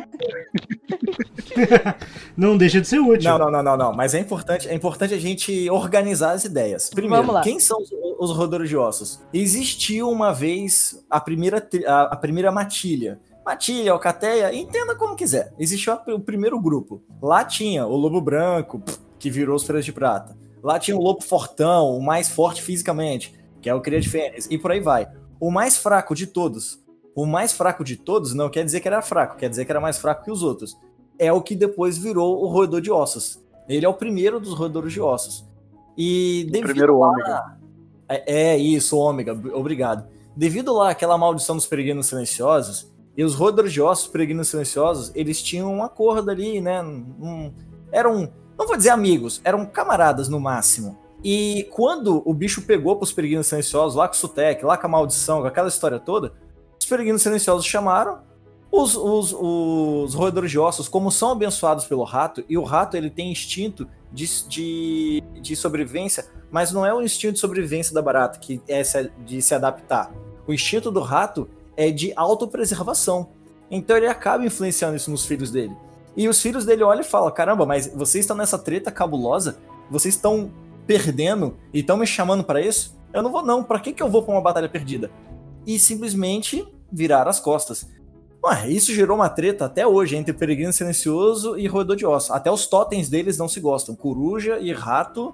Não deixa de ser útil. Não, não, não, não, não. Mas é importante, é importante a gente organizar as ideias. Primeiro, quem são os, os roedores de ossos? Existiu uma vez a primeira, a, a primeira matilha. Matilha, alcateia, entenda como quiser. Existiu o primeiro grupo. Lá tinha o lobo branco, que virou os Freiras de Prata. Lá tinha o lobo fortão, o mais forte fisicamente, que é o Cria de Fênix, e por aí vai. O mais fraco de todos, o mais fraco de todos não quer dizer que era fraco, quer dizer que era mais fraco que os outros. É o que depois virou o roedor de ossos. Ele é o primeiro dos roedores de ossos. E devido o primeiro lá... ômega. É, é isso, ômega, obrigado. Devido lá àquela maldição dos peregrinos silenciosos, e os roedores de ossos, peregrinos silenciosos, eles tinham um acordo ali, né? Um, eram, não vou dizer amigos, eram camaradas no máximo. E quando o bicho pegou pros peregrinos silenciosos, lá com o Sutek, lá com a maldição, com aquela história toda, os peregrinos silenciosos chamaram os, os, os roedores de ossos, como são abençoados pelo rato, e o rato ele tem instinto de, de, de sobrevivência, mas não é o instinto de sobrevivência da barata, que é de se adaptar. O instinto do rato é de autopreservação. Então ele acaba influenciando isso nos filhos dele. E os filhos dele olham e falam, caramba, mas vocês estão nessa treta cabulosa? Vocês estão perdendo e estão me chamando para isso? Eu não vou não, pra que, que eu vou pra uma batalha perdida? E simplesmente viraram as costas. Ué, isso gerou uma treta até hoje entre Peregrino Silencioso e Roedor de Ossos. Até os totens deles não se gostam. Coruja e rato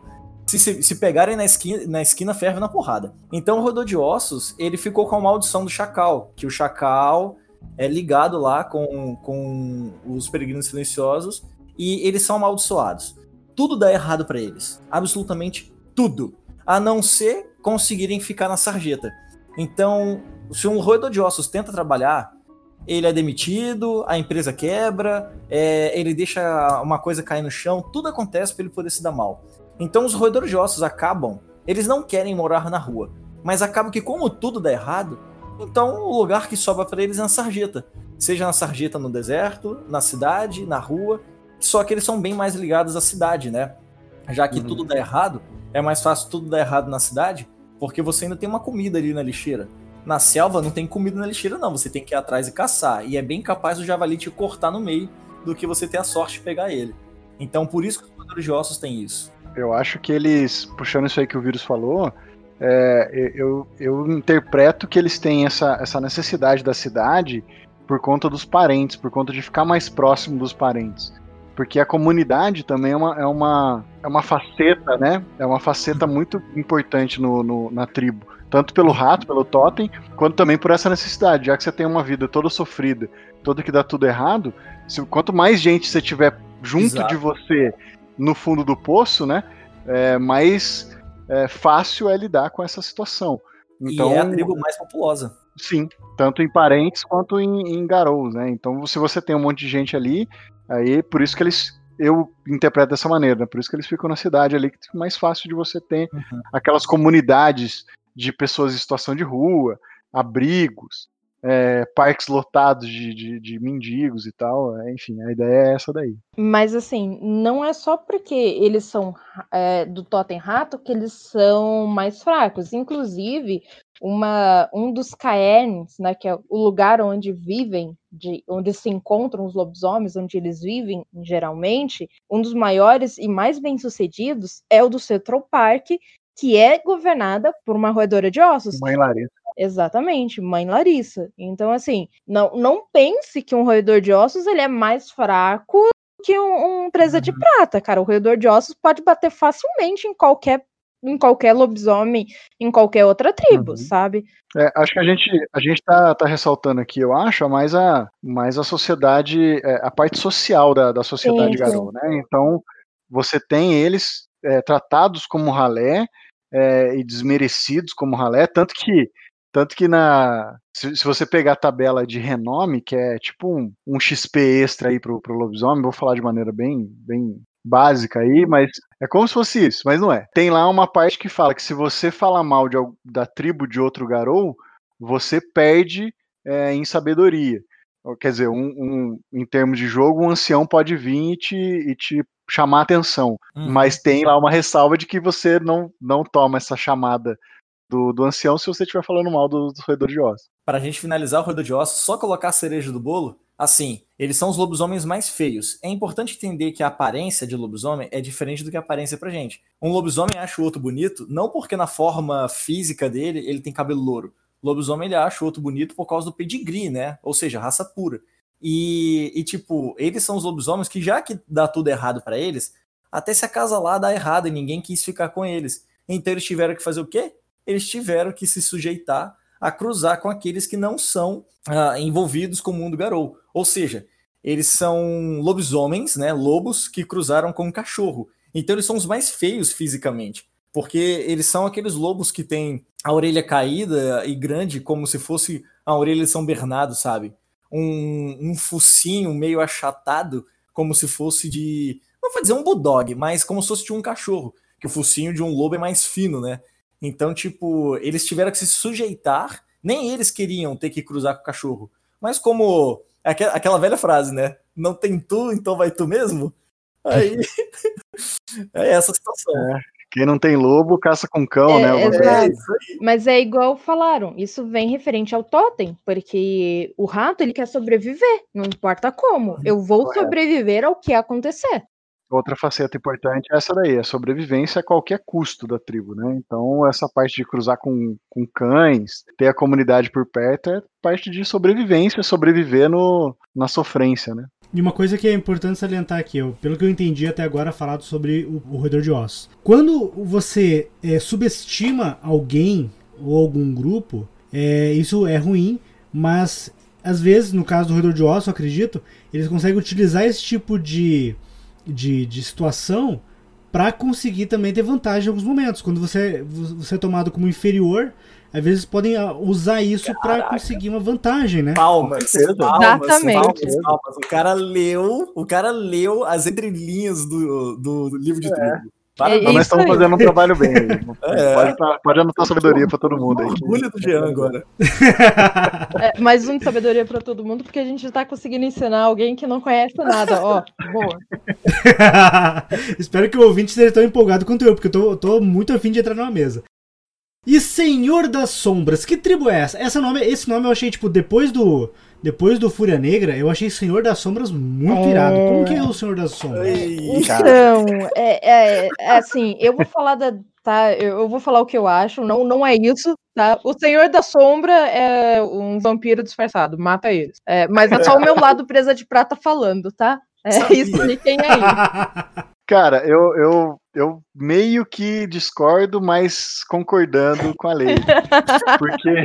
Se, se, se pegarem na esquina, na esquina, ferve na porrada. Então o roedor de ossos, ele ficou com a maldição do chacal, que o chacal é ligado lá com, com os peregrinos silenciosos e eles são amaldiçoados. Tudo dá errado pra eles, absolutamente tudo, a não ser conseguirem ficar na sarjeta. Então, se um roedor de ossos tenta trabalhar, ele é demitido, a empresa quebra, é, ele deixa uma coisa cair no chão, tudo acontece pra ele poder se dar mal. Então os roedores de ossos acabam, eles não querem morar na rua, mas acaba que como tudo dá errado, então o lugar que sobra para eles é na sarjeta. Seja na sarjeta no deserto, na cidade, na rua, só que eles são bem mais ligados à cidade, né? Já que uhum. tudo dá errado, é mais fácil tudo dar errado na cidade, porque você ainda tem uma comida ali na lixeira. Na selva não tem comida na lixeira não, você tem que ir atrás e caçar, e é bem capaz o javali te cortar no meio do que você ter a sorte de pegar ele. Então por isso que os roedores de ossos têm isso. Eu acho que eles, puxando isso aí que o Vírus falou, é, eu, eu interpreto que eles têm essa, essa necessidade da cidade por conta dos parentes, por conta de ficar mais próximo dos parentes. Porque a comunidade também é uma, é uma, é uma faceta, né? É uma faceta muito importante no, no, na tribo. Tanto pelo rato, pelo totem, quanto também por essa necessidade. Já que você tem uma vida toda sofrida, toda que dá tudo errado, se, quanto mais gente você tiver junto Exato. De você no fundo do poço, né, é, mais é, fácil é lidar com essa situação. Então, e é a tribo mais populosa. Sim, tanto em parentes quanto em, em garous, né? Então, se você tem um monte de gente ali, aí por isso que eles, eu interpreto dessa maneira, né? Por isso que eles ficam na cidade ali, que é mais fácil de você ter uhum. aquelas comunidades de pessoas em situação de rua, abrigos, É, parques lotados de, de, de mendigos e tal, é, enfim, a ideia é essa daí. Mas assim, não é só porque eles são é, do Totem Rato que eles são mais fracos. Inclusive, uma, um dos caerns, né, que é o lugar onde vivem, de, onde se encontram os lobisomens, onde eles vivem geralmente, um dos maiores e mais bem-sucedidos é o do Central Park, que é governada por uma roedora de ossos. Mãe Larissa. Exatamente, Mãe Larissa. Então, assim, não, não pense que um roedor de ossos ele é mais fraco que um, um presa de prata, cara. O roedor de ossos pode bater facilmente em qualquer, em qualquer lobisomem, em qualquer outra tribo, uhum. sabe? É, acho que a gente, a gente tá, tá ressaltando aqui, eu acho, mais a, mais a sociedade, é, a parte social da, da sociedade garou, né? Então, você tem eles é, tratados como ralé é, e desmerecidos como ralé, tanto que Tanto que na, se, se você pegar a tabela de renome, que é tipo um, um X P extra aí pro, pro lobisomem, vou falar de maneira bem, bem básica aí, mas é como se fosse isso, mas não é. Tem lá uma parte que fala que se você falar mal de, da tribo de outro garou, você perde é, em sabedoria. Quer dizer, um, um, em termos de jogo, um ancião pode vir e te, e te chamar a atenção, uhum. mas tem lá uma ressalva de que você não, não toma essa chamada Do, do ancião se você estiver falando mal do, do roedor de ossos. Pra gente finalizar o roedor de ossos, só colocar a cereja do bolo, assim, eles são os lobisomens mais feios. É importante entender que a aparência de lobisomem é diferente do que a aparência pra gente. Um lobisomem acha o outro bonito, não porque na forma física dele ele tem cabelo louro. O lobisomem ele acha o outro bonito por causa do pedigree, né? Ou seja, raça pura. E, e tipo, eles são os lobisomens que já que dá tudo errado pra eles, até se acasalar dá errado e ninguém quis ficar com eles. Então eles tiveram que fazer o quê? Eles tiveram que se sujeitar a cruzar com aqueles que não são ah, envolvidos com o mundo garou. Ou seja, eles são lobisomens, né, lobos que cruzaram com um cachorro. Então eles são os mais feios fisicamente, porque eles são aqueles lobos que têm a orelha caída e grande, como se fosse a orelha de São Bernardo, sabe? Um, um focinho meio achatado, como se fosse de... não vou dizer um bulldog, mas como se fosse de um cachorro, que o focinho de um lobo é mais fino, né? Então, tipo, eles tiveram que se sujeitar, nem eles queriam ter que cruzar com o cachorro. Mas como aquela velha frase, né? Não tem tu, então vai tu mesmo? Aí é essa a situação. É, quem não tem lobo, caça com cão, é, né? Exato. Mas é igual falaram, isso vem referente ao totem, porque o rato, ele quer sobreviver, não importa como. Eu vou Correto. sobreviver ao que acontecer. Outra faceta importante é essa daí, a sobrevivência a qualquer custo da tribo, né? Então, essa parte de cruzar com, com cães, ter a comunidade por perto, é parte de sobrevivência, sobreviver no, na sofrência, né? E uma coisa que é importante salientar aqui, eu, pelo que eu entendi até agora falado sobre o, o roedor de ossos. Quando você é, subestima alguém ou algum grupo, é, isso é ruim, mas às vezes, no caso do roedor de ossos, eu acredito, eles conseguem utilizar esse tipo de, de, de situação para conseguir também ter vantagem em alguns momentos. Quando você, você é tomado como inferior, às vezes podem usar isso para conseguir uma vantagem, né? Palmas, palmas, Exatamente. palmas, palmas. O cara leu, o cara leu as entrelinhas do, do, do livro de É. truco. É Então nós estamos aí. fazendo um trabalho bem aí. É. Pode, pode anotar sabedoria pra todo mundo aí. Orgulho do Jean agora. É, mais um de sabedoria pra todo mundo, porque a gente tá conseguindo ensinar alguém que não conhece nada. Ó, boa. Espero que o ouvinte esteja tão empolgado quanto eu, porque eu tô, tô muito afim de entrar numa mesa. E Senhor das Sombras, que tribo é essa? Essa nome, esse nome eu achei, tipo, depois do depois do Fúria Negra, eu achei Senhor das Sombras muito É. irado. Como que é o Senhor das Sombras? Então, é, é, é assim, eu vou falar da. Tá, eu, eu vou falar o que eu acho, não, não é isso, tá? O Senhor da Sombra é um vampiro disfarçado, mata eles. É, mas é só o meu lado presa de prata falando, tá? É, Sabia. expliquem aí. Cara, eu, eu, eu meio que discordo, mas concordando com a lei. Porque,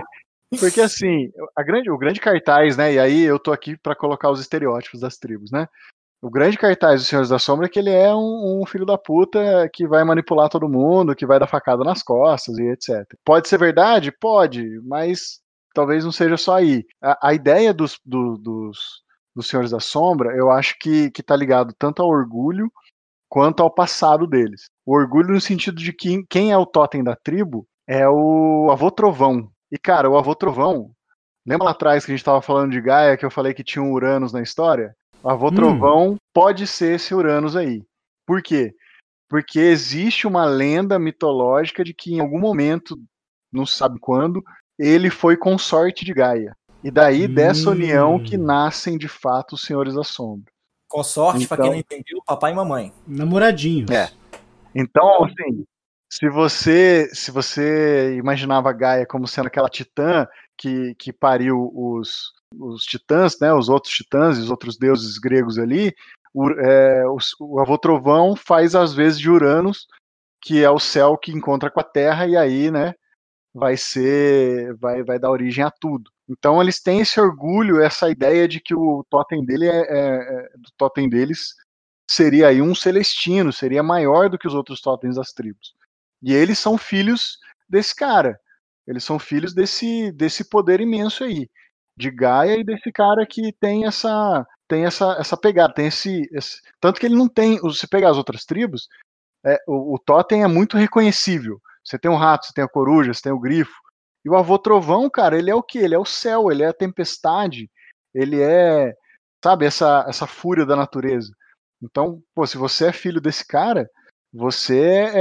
porque assim, a grande, o grande cartaz, né? E aí eu tô aqui pra colocar os estereótipos das tribos, né? O grande cartaz dos Senhores da Sombra é que ele é um, um filho da puta que vai manipular todo mundo, que vai dar facada nas costas e etcétera. Pode ser verdade? Pode, mas talvez não seja só aí. A, a ideia dos, do, dos, dos Senhores da Sombra, eu acho que, que tá ligado tanto ao orgulho quanto ao passado deles. O orgulho no sentido de que quem é o totem da tribo é o Avô Trovão. E, cara, o Avô Trovão, lembra lá atrás que a gente tava falando de Gaia, que eu falei que tinha um Uranus na história? O Avô hum. Trovão pode ser esse Uranus aí. Por quê? Porque existe uma lenda mitológica de que em algum momento, não se sabe quando, ele foi consorte de Gaia. E daí, hum. dessa união, que nascem de fato os Senhores da Sombra. Consorte, então, pra quem não entendeu, papai e mamãe. Namoradinhos. É. Então, assim, se você, se você imaginava Gaia como sendo aquela titã que, que pariu os, os titãs, né, os outros titãs e os outros deuses gregos ali, o, é, o, o Avô Trovão faz às vezes de Uranus, que é o céu que encontra com a Terra, e aí, né, vai ser, vai, vai dar origem a tudo. Então eles têm esse orgulho, essa ideia de que o totem dele é, é, é do totem deles seria aí um celestino, seria maior do que os outros totens das tribos. E eles são filhos desse cara. Eles são filhos desse, desse poder imenso aí, de Gaia e desse cara que tem essa tem essa, essa pegada, tem esse, esse tanto que ele não tem, se pegar as outras tribos, é, o, o totem é muito reconhecível. Você tem o rato, você tem a coruja, você tem o grifo. E o Avô Trovão, cara, ele é o quê? Ele é o céu, ele é a tempestade, ele é, sabe, essa, essa fúria da natureza. Então, pô, se você é filho desse cara, você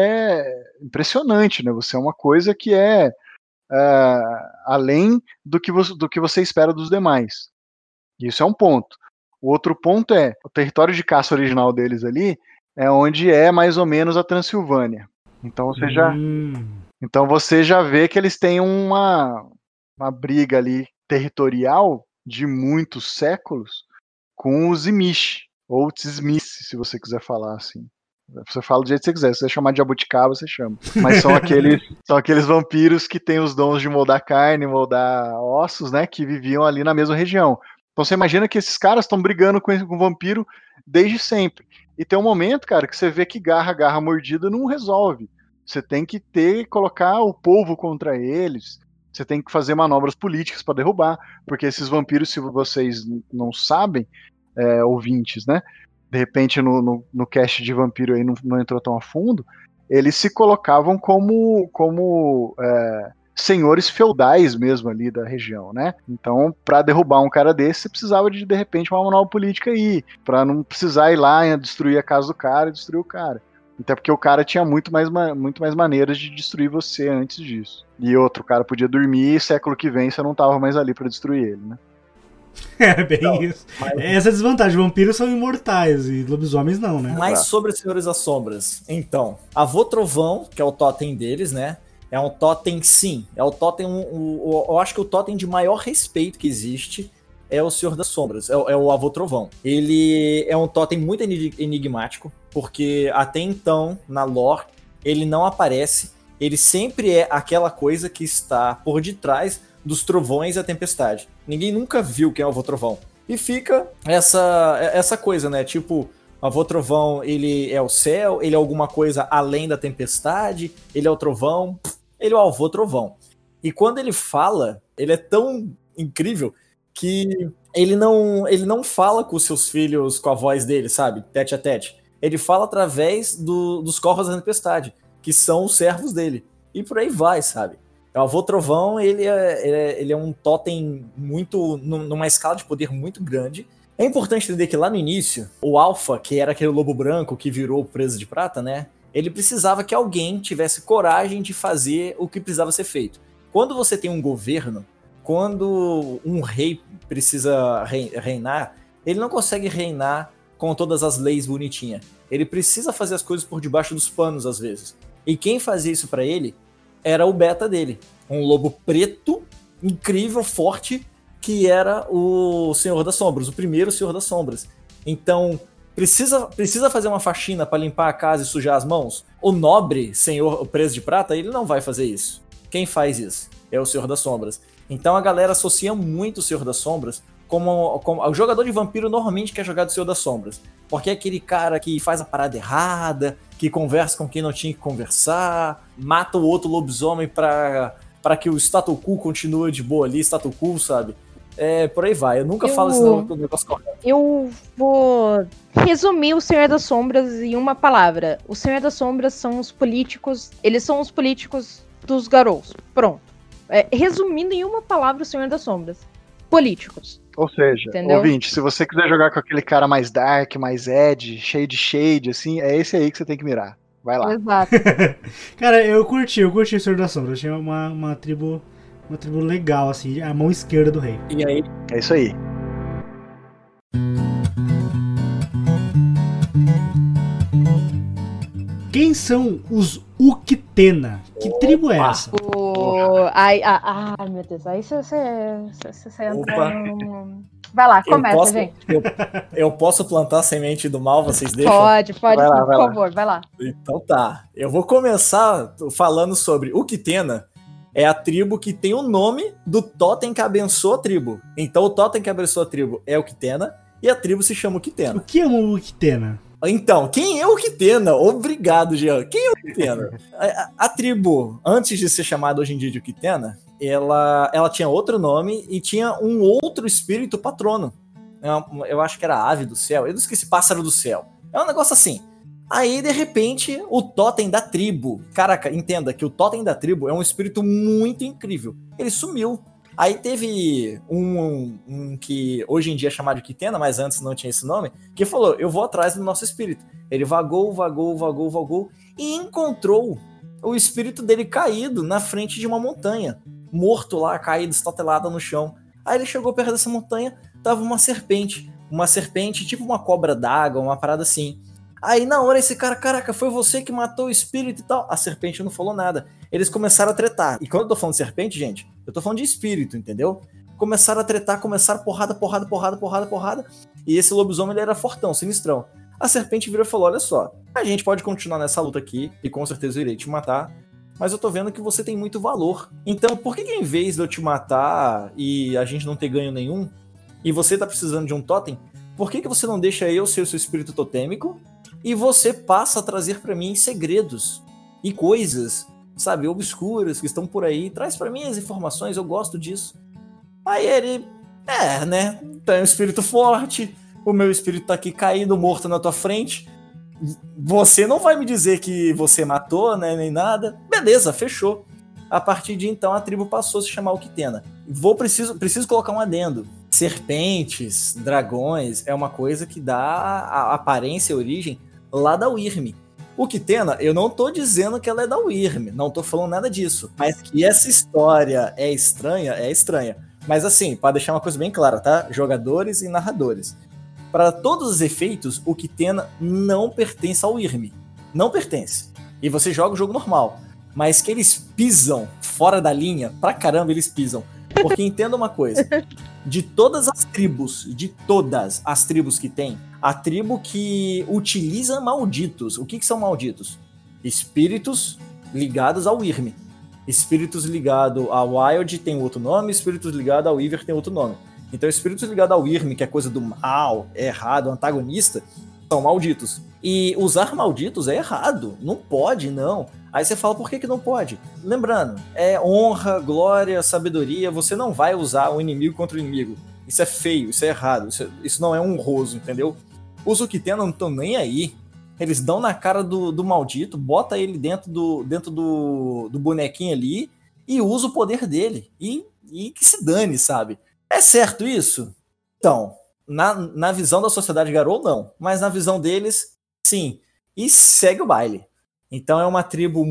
é impressionante, né? Você é uma coisa que é, é além do que, você, do que você espera dos demais. Isso é um ponto. O outro ponto é, o território de caça original deles ali é onde é mais ou menos a Transilvânia. Então você já, hum. então você já vê que eles têm uma, uma briga ali territorial de muitos séculos com os Emish, ou Tzimice, se você quiser falar assim. Você fala do jeito que você quiser, se você chamar de jabuticaba, você chama. Mas são aqueles, são aqueles vampiros que têm os dons de moldar carne, moldar ossos, né, que viviam ali na mesma região. Então você imagina que esses caras estão brigando com o vampiro desde sempre. E tem um momento, cara, que você vê que garra, garra mordida não resolve. Você tem que ter, colocar o povo contra eles, você tem que fazer manobras políticas para derrubar, porque esses vampiros, se vocês não sabem, é, ouvintes, né, de repente no, no, no cast de vampiro aí não, não entrou tão a fundo, eles se colocavam como, como é, senhores feudais mesmo ali da região, né? Então, para derrubar um cara desse, você precisava de, de repente, uma manobra política aí, para não precisar ir lá e destruir a casa do cara e destruir o cara. Até porque o cara tinha muito mais, muito mais maneiras de destruir você antes disso. E outro, o cara podia dormir e século que vem você não tava mais ali para destruir ele, né? É, bem não, isso. Mas... Essa é a desvantagem. Vampiros são imortais e lobisomens não, né? Mas sobre os Senhores das Sombras. Então, Avô Trovão, que é o totem deles, né? É um totem, sim. É o totem, um, um, um, eu acho que o totem de maior respeito que existe é o Senhor das Sombras, é, é o Avô Trovão. Ele é um totem muito enigmático, porque até então, na lore, ele não aparece, ele sempre é aquela coisa que está por detrás dos trovões e a tempestade. Ninguém nunca viu quem é o Avô Trovão. E fica essa, essa coisa, né? Tipo, o Avô Trovão, ele é o céu, ele é alguma coisa além da tempestade, ele é o trovão, ele é o Avô Trovão. E quando ele fala, ele é tão incrível que ele não, ele não fala com os seus filhos com a voz dele, sabe? Tete a tete. Ele fala através do, dos corvos da tempestade, que são os servos dele. E por aí vai, sabe? O Avô Trovão, ele é, ele é, ele é um totem muito, numa escala de poder muito grande. É importante entender que lá no início, o Alpha, que era aquele lobo branco que virou Presa de Prata, né? Ele precisava que alguém tivesse coragem de fazer o que precisava ser feito. Quando você tem um governo, quando um rei precisa reinar, ele não consegue reinar com todas as leis bonitinhas. Ele precisa fazer as coisas por debaixo dos panos, às vezes. E quem fazia isso pra ele era o beta dele. Um lobo preto, incrível, forte, que era o Senhor das Sombras, o primeiro Senhor das Sombras. Então, precisa, precisa fazer uma faxina pra limpar a casa e sujar as mãos? O nobre Senhor, o Preso de Prata, ele não vai fazer isso. Quem faz isso? É o Senhor das Sombras. Então a galera associa muito o Senhor das Sombras como, como... O jogador de vampiro normalmente quer jogar do Senhor das Sombras. Porque é aquele cara que faz a parada errada, que conversa com quem não tinha que conversar, mata o outro lobisomem pra, pra que o statu quo continue de boa ali, statu quo, sabe? É, por aí vai. Eu nunca eu, falo esse negócio correto. Eu vou resumir o Senhor das Sombras em uma palavra. O Senhor das Sombras são os políticos... Eles são os políticos dos Garous. Pronto. É, resumindo em uma palavra, o Senhor das Sombras. Políticos. Ou seja, entendeu? Ouvinte, se você quiser jogar com aquele cara mais dark, mais edge, cheio de shade, assim, é esse aí que você tem que mirar. Vai lá. Exato. Cara, eu curti, eu curti o Senhor das Sombras. Achei uma, uma tribo uma tribo legal, assim, a mão esquerda do rei. E aí? É isso aí. Quem são os Uktena? Que Opa. tribo é essa? O... Ai, ai, ai, meu Deus. Aí você entra num... Vai lá, começa, eu posso, gente. Eu, eu posso plantar a semente do mal, vocês deixam? Pode, pode, vai lá, por vai favor, lá. vai lá. Então tá. Eu vou começar falando sobre Uktena. É a tribo que tem o nome do totem que abençoa a tribo. Então o totem que abençoa a tribo é Uktena e a tribo se chama Uktena. O que é um Uktena? Então, quem é o Uktena? Obrigado, Jean. Quem é o Uktena? a, a, a tribo, antes de ser chamada hoje em dia de Uktena, ela, ela tinha outro nome e tinha um outro espírito patrono. Eu, eu acho que era ave do céu. Eu não esqueci, pássaro do céu. É um negócio assim. Aí, de repente, o totem da tribo... Caraca, entenda que o totem da tribo é um espírito muito incrível. Ele sumiu. Aí teve um, um, um que hoje em dia é chamado de Uktena, mas antes não tinha esse nome, que falou, eu vou atrás do nosso espírito. Ele vagou, vagou, vagou, vagou, e encontrou o espírito dele caído na frente de uma montanha. Morto lá, caído, estatelado no chão. Aí ele chegou perto dessa montanha, tava uma serpente. Uma serpente, tipo uma cobra d'água, uma parada assim. Aí na hora esse cara, caraca, foi você que matou o espírito e tal. A serpente não falou nada. Eles começaram a tretar. E quando eu tô falando de serpente, gente, eu tô falando de espírito, entendeu? Começaram a tretar, começaram porrada, porrada, porrada, porrada, porrada. E esse lobisomem, ele era fortão, sinistrão. A serpente virou e falou, olha só, a gente pode continuar nessa luta aqui, e com certeza eu irei te matar, mas eu tô vendo que você tem muito valor. Então, por que que em vez de eu te matar e a gente não ter ganho nenhum, e você tá precisando de um totem, por que que você não deixa eu ser o seu espírito totêmico e você passa a trazer pra mim segredos e coisas, sabe, obscuras que estão por aí, traz pra mim as informações, eu gosto disso. Aí ele, é, né, tem um espírito forte, o meu espírito tá aqui caído, morto na tua frente, você não vai me dizer que você matou, né, nem nada. Beleza, fechou. A partir de então a tribo passou a se chamar Uktena. Vou, preciso, preciso colocar um adendo. Serpentes, dragões, é uma coisa que dá a aparência e origem lá da Wyrm. Uktena, eu não tô dizendo que ela é da Wyrm, não tô falando nada disso. Mas que essa história é estranha, é estranha. Mas assim, para deixar uma coisa bem clara, tá? Jogadores e narradores. Para todos os efeitos, o Uktena não pertence ao Wyrm. Não pertence. E você joga o jogo normal. Mas que eles pisam fora da linha, pra caramba eles pisam. Porque entenda uma coisa. de todas as tribos, de todas as tribos que tem, a tribo que utiliza malditos. O que, que são malditos? Espíritos ligados ao Wyrm. Espíritos ligados ao Wild tem outro nome, espíritos ligados ao Weaver tem outro nome. Então, espíritos ligados ao Wyrm, que é coisa do mal, é errado, antagonista, são malditos. E usar malditos é errado, não pode, não. Aí você fala, por que que não pode? Lembrando, é honra, glória, sabedoria, você não vai usar o inimigo contra o inimigo. Isso é feio, isso é errado, isso, isso não é honroso, entendeu? Os Uktena não estão nem aí. Eles dão na cara do, do maldito, bota ele dentro do, dentro do, do bonequinho ali e usa o poder dele. E, e que se dane, sabe? É certo isso? Então, na, na visão da sociedade Garou, não. Mas na visão deles, sim. E segue o baile. Então é uma tribo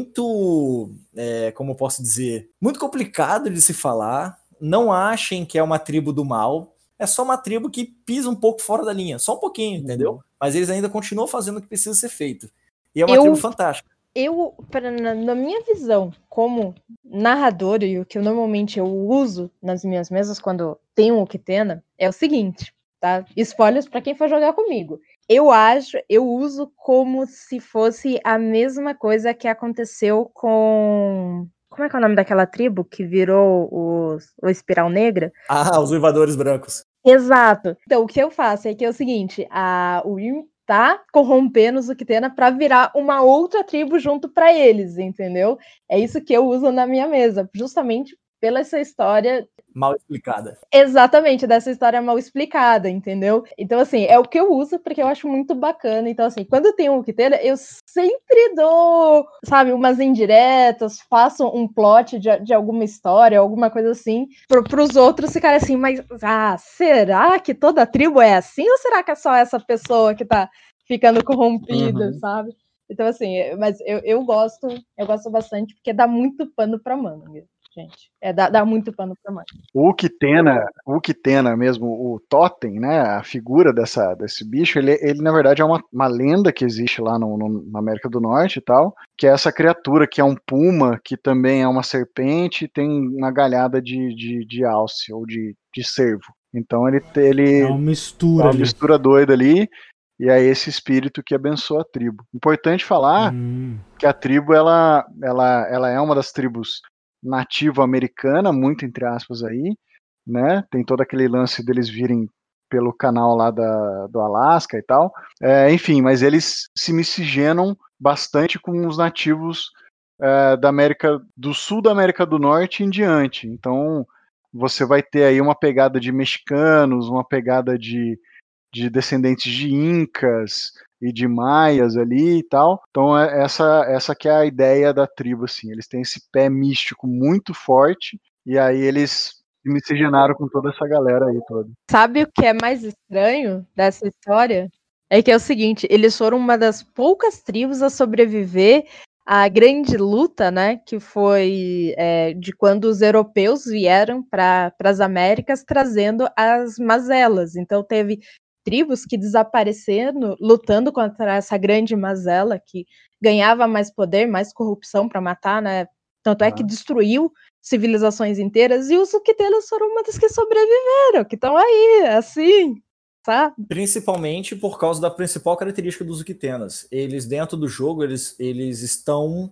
muito, é, como eu posso dizer, muito complicado de se falar. Não achem que é uma tribo do mal. É só uma tribo que pisa um pouco fora da linha. Só um pouquinho, entendeu? Uhum. Mas eles ainda continuam fazendo o que precisa ser feito. E é uma eu, tribo fantástica. Eu, pra, na, na minha visão, como narrador, e o que eu normalmente eu uso nas minhas mesas quando tem um Uktena, é o seguinte, tá? Spoilers pra quem for jogar comigo. Eu acho, eu uso como se fosse a mesma coisa que aconteceu com... Como é que é o nome daquela tribo que virou o, o Espiral Negra? Ah, os Uivadores Brancos. Exato. Então, o que eu faço é que é o seguinte, a, o Wyrm tá corrompendo os Uktena pra virar uma outra tribo junto pra eles, entendeu? É isso que eu uso na minha mesa, justamente pela essa história... Mal explicada. Exatamente, dessa história mal explicada, entendeu? Então, assim, é o que eu uso porque eu acho muito bacana. Então, assim, quando tem um Uktena, eu sempre dou, sabe, umas indiretas, faço um plot de, de alguma história, alguma coisa assim, pro, pros outros ficarem assim, mas, ah, será que toda a tribo é assim? Ou será que é só essa pessoa que tá ficando corrompida, uhum. sabe? Então, assim, mas eu, eu gosto, eu gosto bastante porque dá muito pano pra manga mesmo. Gente, é, dá, dá muito pano pra mãe. O Uktena, o Uktena mesmo, o Totem, né, a figura dessa, desse bicho, ele, ele na verdade é uma, uma lenda que existe lá no, no, na América do Norte e tal, que é essa criatura que é um puma, que também é uma serpente e tem uma galhada de, de, de alce, ou de, de cervo. Então ele, ele é uma mistura, é uma mistura doida ali, e é esse espírito que abençoa a tribo. Importante falar hum. que a tribo, ela, ela, ela é uma das tribos nativa americana, muito entre aspas aí, né, tem todo aquele lance deles virem pelo canal lá da, do Alasca e tal, é, enfim, mas eles se miscigenam bastante com os nativos é, da América do Sul, da América do Norte em diante, então você vai ter aí uma pegada de mexicanos, uma pegada de, de descendentes de incas e de maias ali e tal. Então essa, essa que é a ideia da tribo, assim. Eles têm esse pé místico muito forte e aí eles miscigenaram com toda essa galera aí toda. Sabe o que é mais estranho dessa história? É que é o seguinte, eles foram uma das poucas tribos a sobreviver à grande luta, né, que foi é, de quando os europeus vieram para as Américas trazendo as mazelas. Então teve tribos que desapareceram lutando contra essa grande mazela que ganhava mais poder, mais corrupção para matar, né? Tanto é que destruiu civilizações inteiras e os Uktenas foram uma das que sobreviveram, que estão aí, assim, sabe? Principalmente por causa da principal característica dos Uktenas. Eles, dentro do jogo, eles, eles estão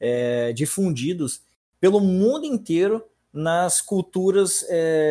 é, difundidos pelo mundo inteiro nas culturas,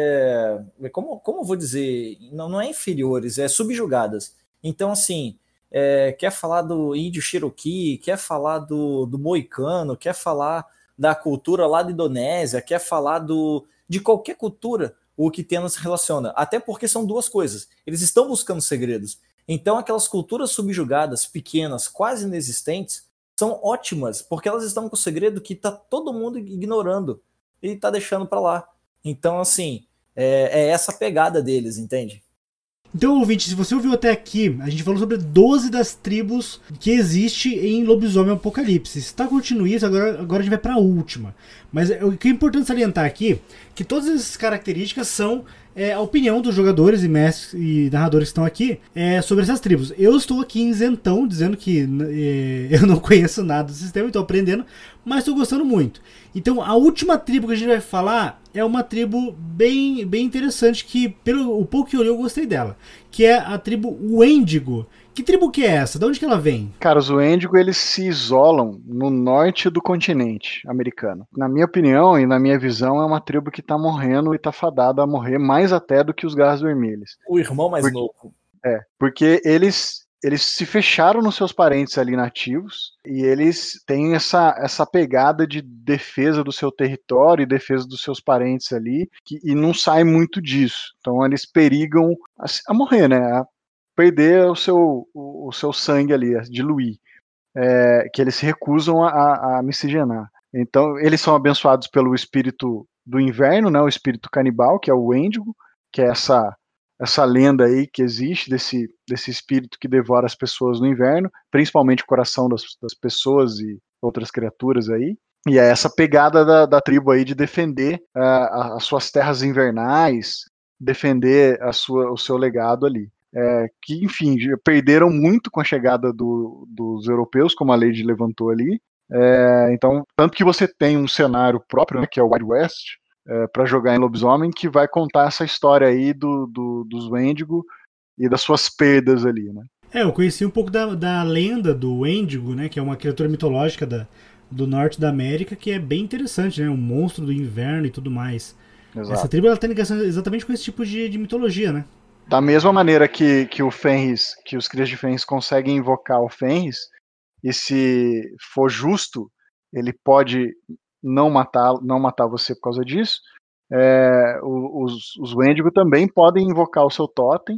é, como, como eu vou dizer, não, não é inferiores, é subjugadas. Então, assim, é, quer falar do índio Cherokee, quer falar do, do moicano, quer falar da cultura lá da Indonésia, quer falar do, de qualquer cultura, o Uktena se relaciona. Até porque são duas coisas. Eles estão buscando segredos. Então, aquelas culturas subjugadas, pequenas, quase inexistentes, são ótimas, porque elas estão com o segredo que está todo mundo ignorando e tá deixando pra lá. Então, assim, é, é essa pegada deles, entende? Então, ouvinte, se você ouviu até aqui, a gente falou sobre doze das tribos que existe em Lobisomem Apocalipse. Se tá curtindo isso, agora, agora a gente vai pra última. Mas o que é importante salientar aqui, que todas essas características são é, a opinião dos jogadores e mestres e narradores que estão aqui é, sobre essas tribos. Eu estou aqui isentão, dizendo que é, eu não conheço nada do sistema, estou aprendendo, mas estou gostando muito. Então, a última tribo que a gente vai falar é uma tribo bem, bem interessante, que pelo o pouco que eu li eu gostei dela, que é a tribo Wendigo. Que tribo que é essa? De onde que ela vem? Cara, os Wendigo, eles se isolam no norte do continente americano. Na minha opinião e na minha visão, é uma tribo que tá morrendo e tá fadada a morrer mais até do que os Garras Vermelhas. O irmão mais Porque- novo. É, porque eles, eles se fecharam nos seus parentes ali nativos e eles têm essa, essa pegada de defesa do seu território e defesa dos seus parentes ali, que, e não sai muito disso. Então eles perigam a, a morrer, né? A perder o seu, o, o seu sangue ali, a diluir. É, que eles se recusam a, a, a miscigenar. Então eles são abençoados pelo espírito do inverno, né? O espírito canibal, que é o Wendigo, que é essa essa lenda aí que existe desse, desse espírito que devora as pessoas no inverno, principalmente o coração das, das pessoas e outras criaturas aí. E é essa pegada da, da tribo aí de defender uh, as suas terras invernais, defender a sua, o seu legado ali. É, que, enfim, perderam muito com a chegada do, dos europeus, como a Lady levantou ali. É, então, tanto que você tem um cenário próprio, né, que é o Wild West, É, para jogar em Lobisomem, que vai contar essa história aí do, do, dos Wendigo e das suas perdas ali, né? É, eu conheci um pouco da, da lenda do Wendigo, né, que é uma criatura mitológica da, do norte da América, que é bem interessante, né, um monstro do inverno e tudo mais. Exato. Essa tribo ela tem ligação exatamente com esse tipo de, de mitologia, né? Da mesma maneira que, que o Fenris, que os crias de Fenris conseguem invocar o Fenris, e se for justo, ele pode não matar, não matar você por causa disso. É, os, os Wendigo também podem invocar o seu totem,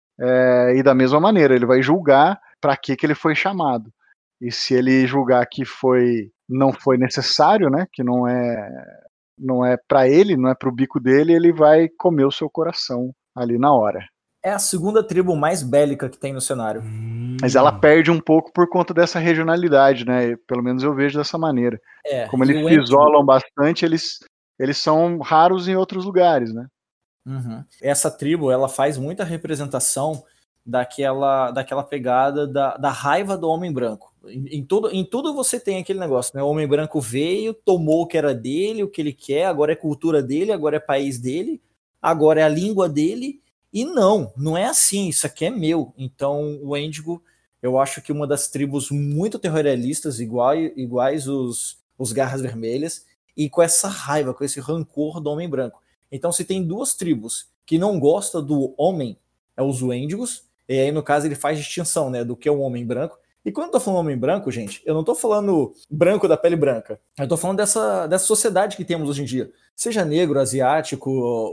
é, e da mesma maneira, ele vai julgar para que, que ele foi chamado. E se ele julgar que foi, não foi necessário, né, que não é, não é para ele, não é para o bico dele, ele vai comer o seu coração ali na hora. É a segunda tribo mais bélica que tem no cenário. Hum. Mas ela perde um pouco por conta dessa regionalidade, né? Pelo menos eu vejo dessa maneira. É, Como e eles o se Wendigo- isolam bastante, eles, eles são raros em outros lugares, né? Uhum. Essa tribo, ela faz muita representação daquela, daquela pegada da, da raiva do homem branco. Em, em, tudo, em tudo você tem aquele negócio, né? O homem branco veio, tomou o que era dele, o que ele quer, agora é cultura dele, agora é país dele, agora é a língua dele. E não, não é assim, isso aqui é meu. Então o Wendigo, eu acho que uma das tribos muito terroristas, igual, iguais os, os Garras Vermelhas, e com essa raiva, com esse rancor do homem branco. Então se tem duas tribos que não gostam do homem, é os Wendigos, e aí no caso ele faz distinção, né, do que é um homem branco. E quando eu tô falando homem branco, gente, eu não tô falando branco da pele branca, eu tô falando dessa, dessa sociedade que temos hoje em dia. Seja negro, asiático,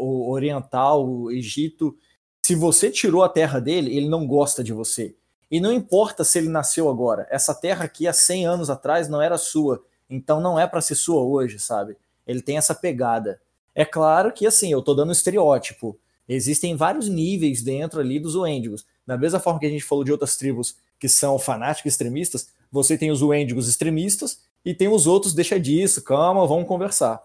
oriental, Egito. Se você tirou a terra dele, ele não gosta de você. E não importa se ele nasceu agora. Essa terra aqui há cem anos atrás não era sua. Então não é para ser sua hoje, sabe? Ele tem essa pegada. É claro que, assim, eu tô dando um estereótipo. Existem vários níveis dentro ali dos Wendigos. Da mesma forma que a gente falou de outras tribos que são fanáticos extremistas, você tem os Wendigos extremistas e tem os outros, deixa disso, calma, vamos conversar.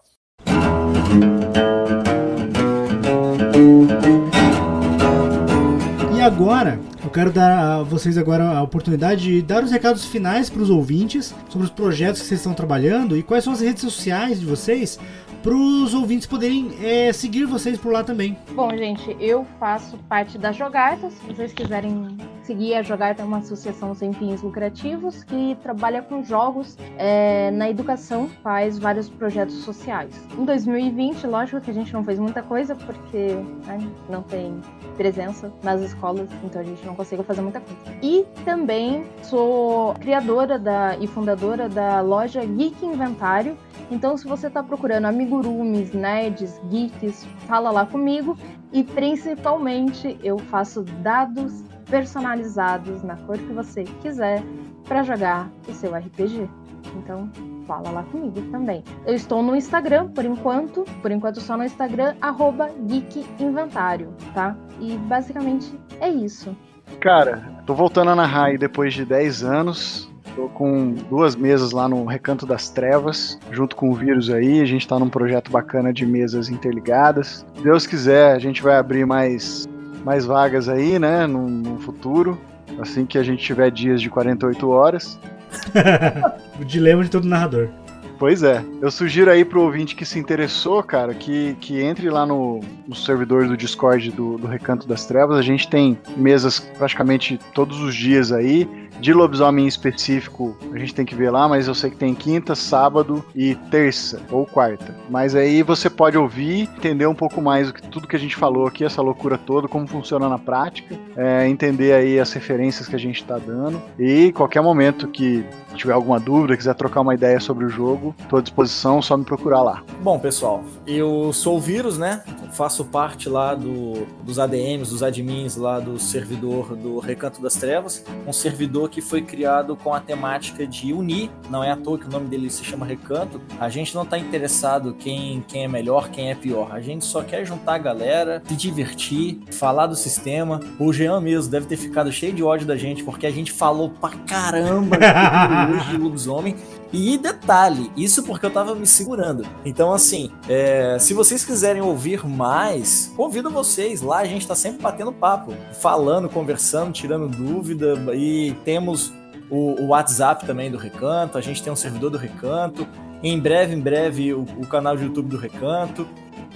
E agora, eu quero dar a vocês agora a oportunidade de dar os recados finais para os ouvintes sobre os projetos que vocês estão trabalhando e quais são as redes sociais de vocês para os ouvintes poderem é, seguir vocês por lá também. Bom, gente, eu faço parte da Jogarta. Se vocês quiserem seguir, a Jogarta é uma associação sem fins lucrativos que trabalha com jogos é, na educação, faz vários projetos sociais. Em dois mil e vinte, lógico que a gente não fez muita coisa porque né, não tem presença nas escolas, então a gente não conseguiu fazer muita coisa. E também sou criadora da, e fundadora da loja Geek Inventário. Então, se você está procurando amigurumis, nerds, geeks, fala lá comigo. E, principalmente, eu faço dados personalizados na cor que você quiser para jogar o seu R P G. Então, fala lá comigo também. Eu estou no Instagram, por enquanto. Por enquanto, só no Instagram, arroba Geek Inventário, tá? E, basicamente, é isso. Cara, tô voltando a narrar aí depois de dez anos. Tô com duas mesas lá no Recanto das Trevas, junto com o Vírus aí. A gente tá num projeto bacana de mesas interligadas. Se Deus quiser, a gente vai abrir mais, mais vagas aí, né, no, no futuro. Assim que a gente tiver dias de quarenta e oito horas. O dilema de todo narrador. Pois é. Eu sugiro aí pro ouvinte que se interessou, cara, que, que entre lá no, no servidor do Discord do, do Recanto das Trevas. A gente tem mesas praticamente todos os dias aí. De lobisomem em específico, a gente tem que ver lá, mas eu sei que tem quinta, sábado e terça ou quarta. Mas aí você pode ouvir, entender um pouco mais do que, tudo que a gente falou aqui, essa loucura toda, como funciona na prática, é, entender aí as referências que a gente está dando. E qualquer momento que tiver alguma dúvida, quiser trocar uma ideia sobre o jogo, estou à disposição, só me procurar lá. Bom, pessoal, eu sou o Vírus, né? Faço parte lá do, dos A D Ms, dos admins lá do servidor do Recanto das Trevas, um servidor que foi criado com a temática de unir, não é à toa que o nome dele se chama Recanto. A gente não está interessado quem, quem é melhor, quem é pior, a gente só quer juntar a galera, se divertir, falar do sistema. O Jean mesmo deve ter ficado cheio de ódio da gente, porque a gente falou pra caramba de lobisomem. E detalhe, isso porque eu tava me segurando. Então, assim, é, se vocês quiserem ouvir mais, convido vocês. Lá a gente tá sempre batendo papo, falando, conversando, tirando dúvida. E temos o, o WhatsApp também do Recanto, a gente tem um servidor do Recanto. Em breve, em breve, o, o canal de YouTube do Recanto.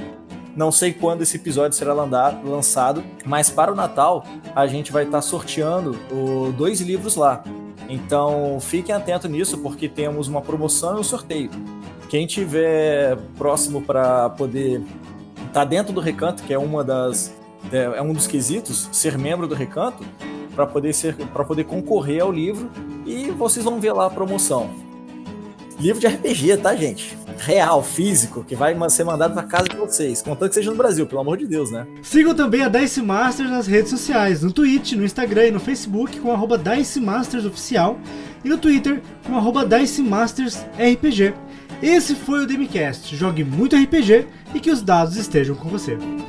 Não sei quando esse episódio será lançado, mas para o Natal a gente vai estar sorteando o, dois livros lá. Então fiquem atentos nisso, porque temos uma promoção e um sorteio. Quem tiver próximo para poder estar dentro do Recanto, que é uma das é um dos quesitos, ser membro do Recanto, para poder ser para poder concorrer ao livro, e vocês vão ver lá a promoção. Livro de R P G, tá, gente? Real, físico, que vai ser mandado pra casa de vocês. Contanto que seja no Brasil, pelo amor de Deus, né? Sigam também a Dice Masters nas redes sociais, no Twitch, no Instagram e no Facebook com arroba Dice Masters Oficial e no Twitter com arroba Dice Masters R P G. Esse foi o DMCast. Jogue muito R P G e que os dados estejam com você.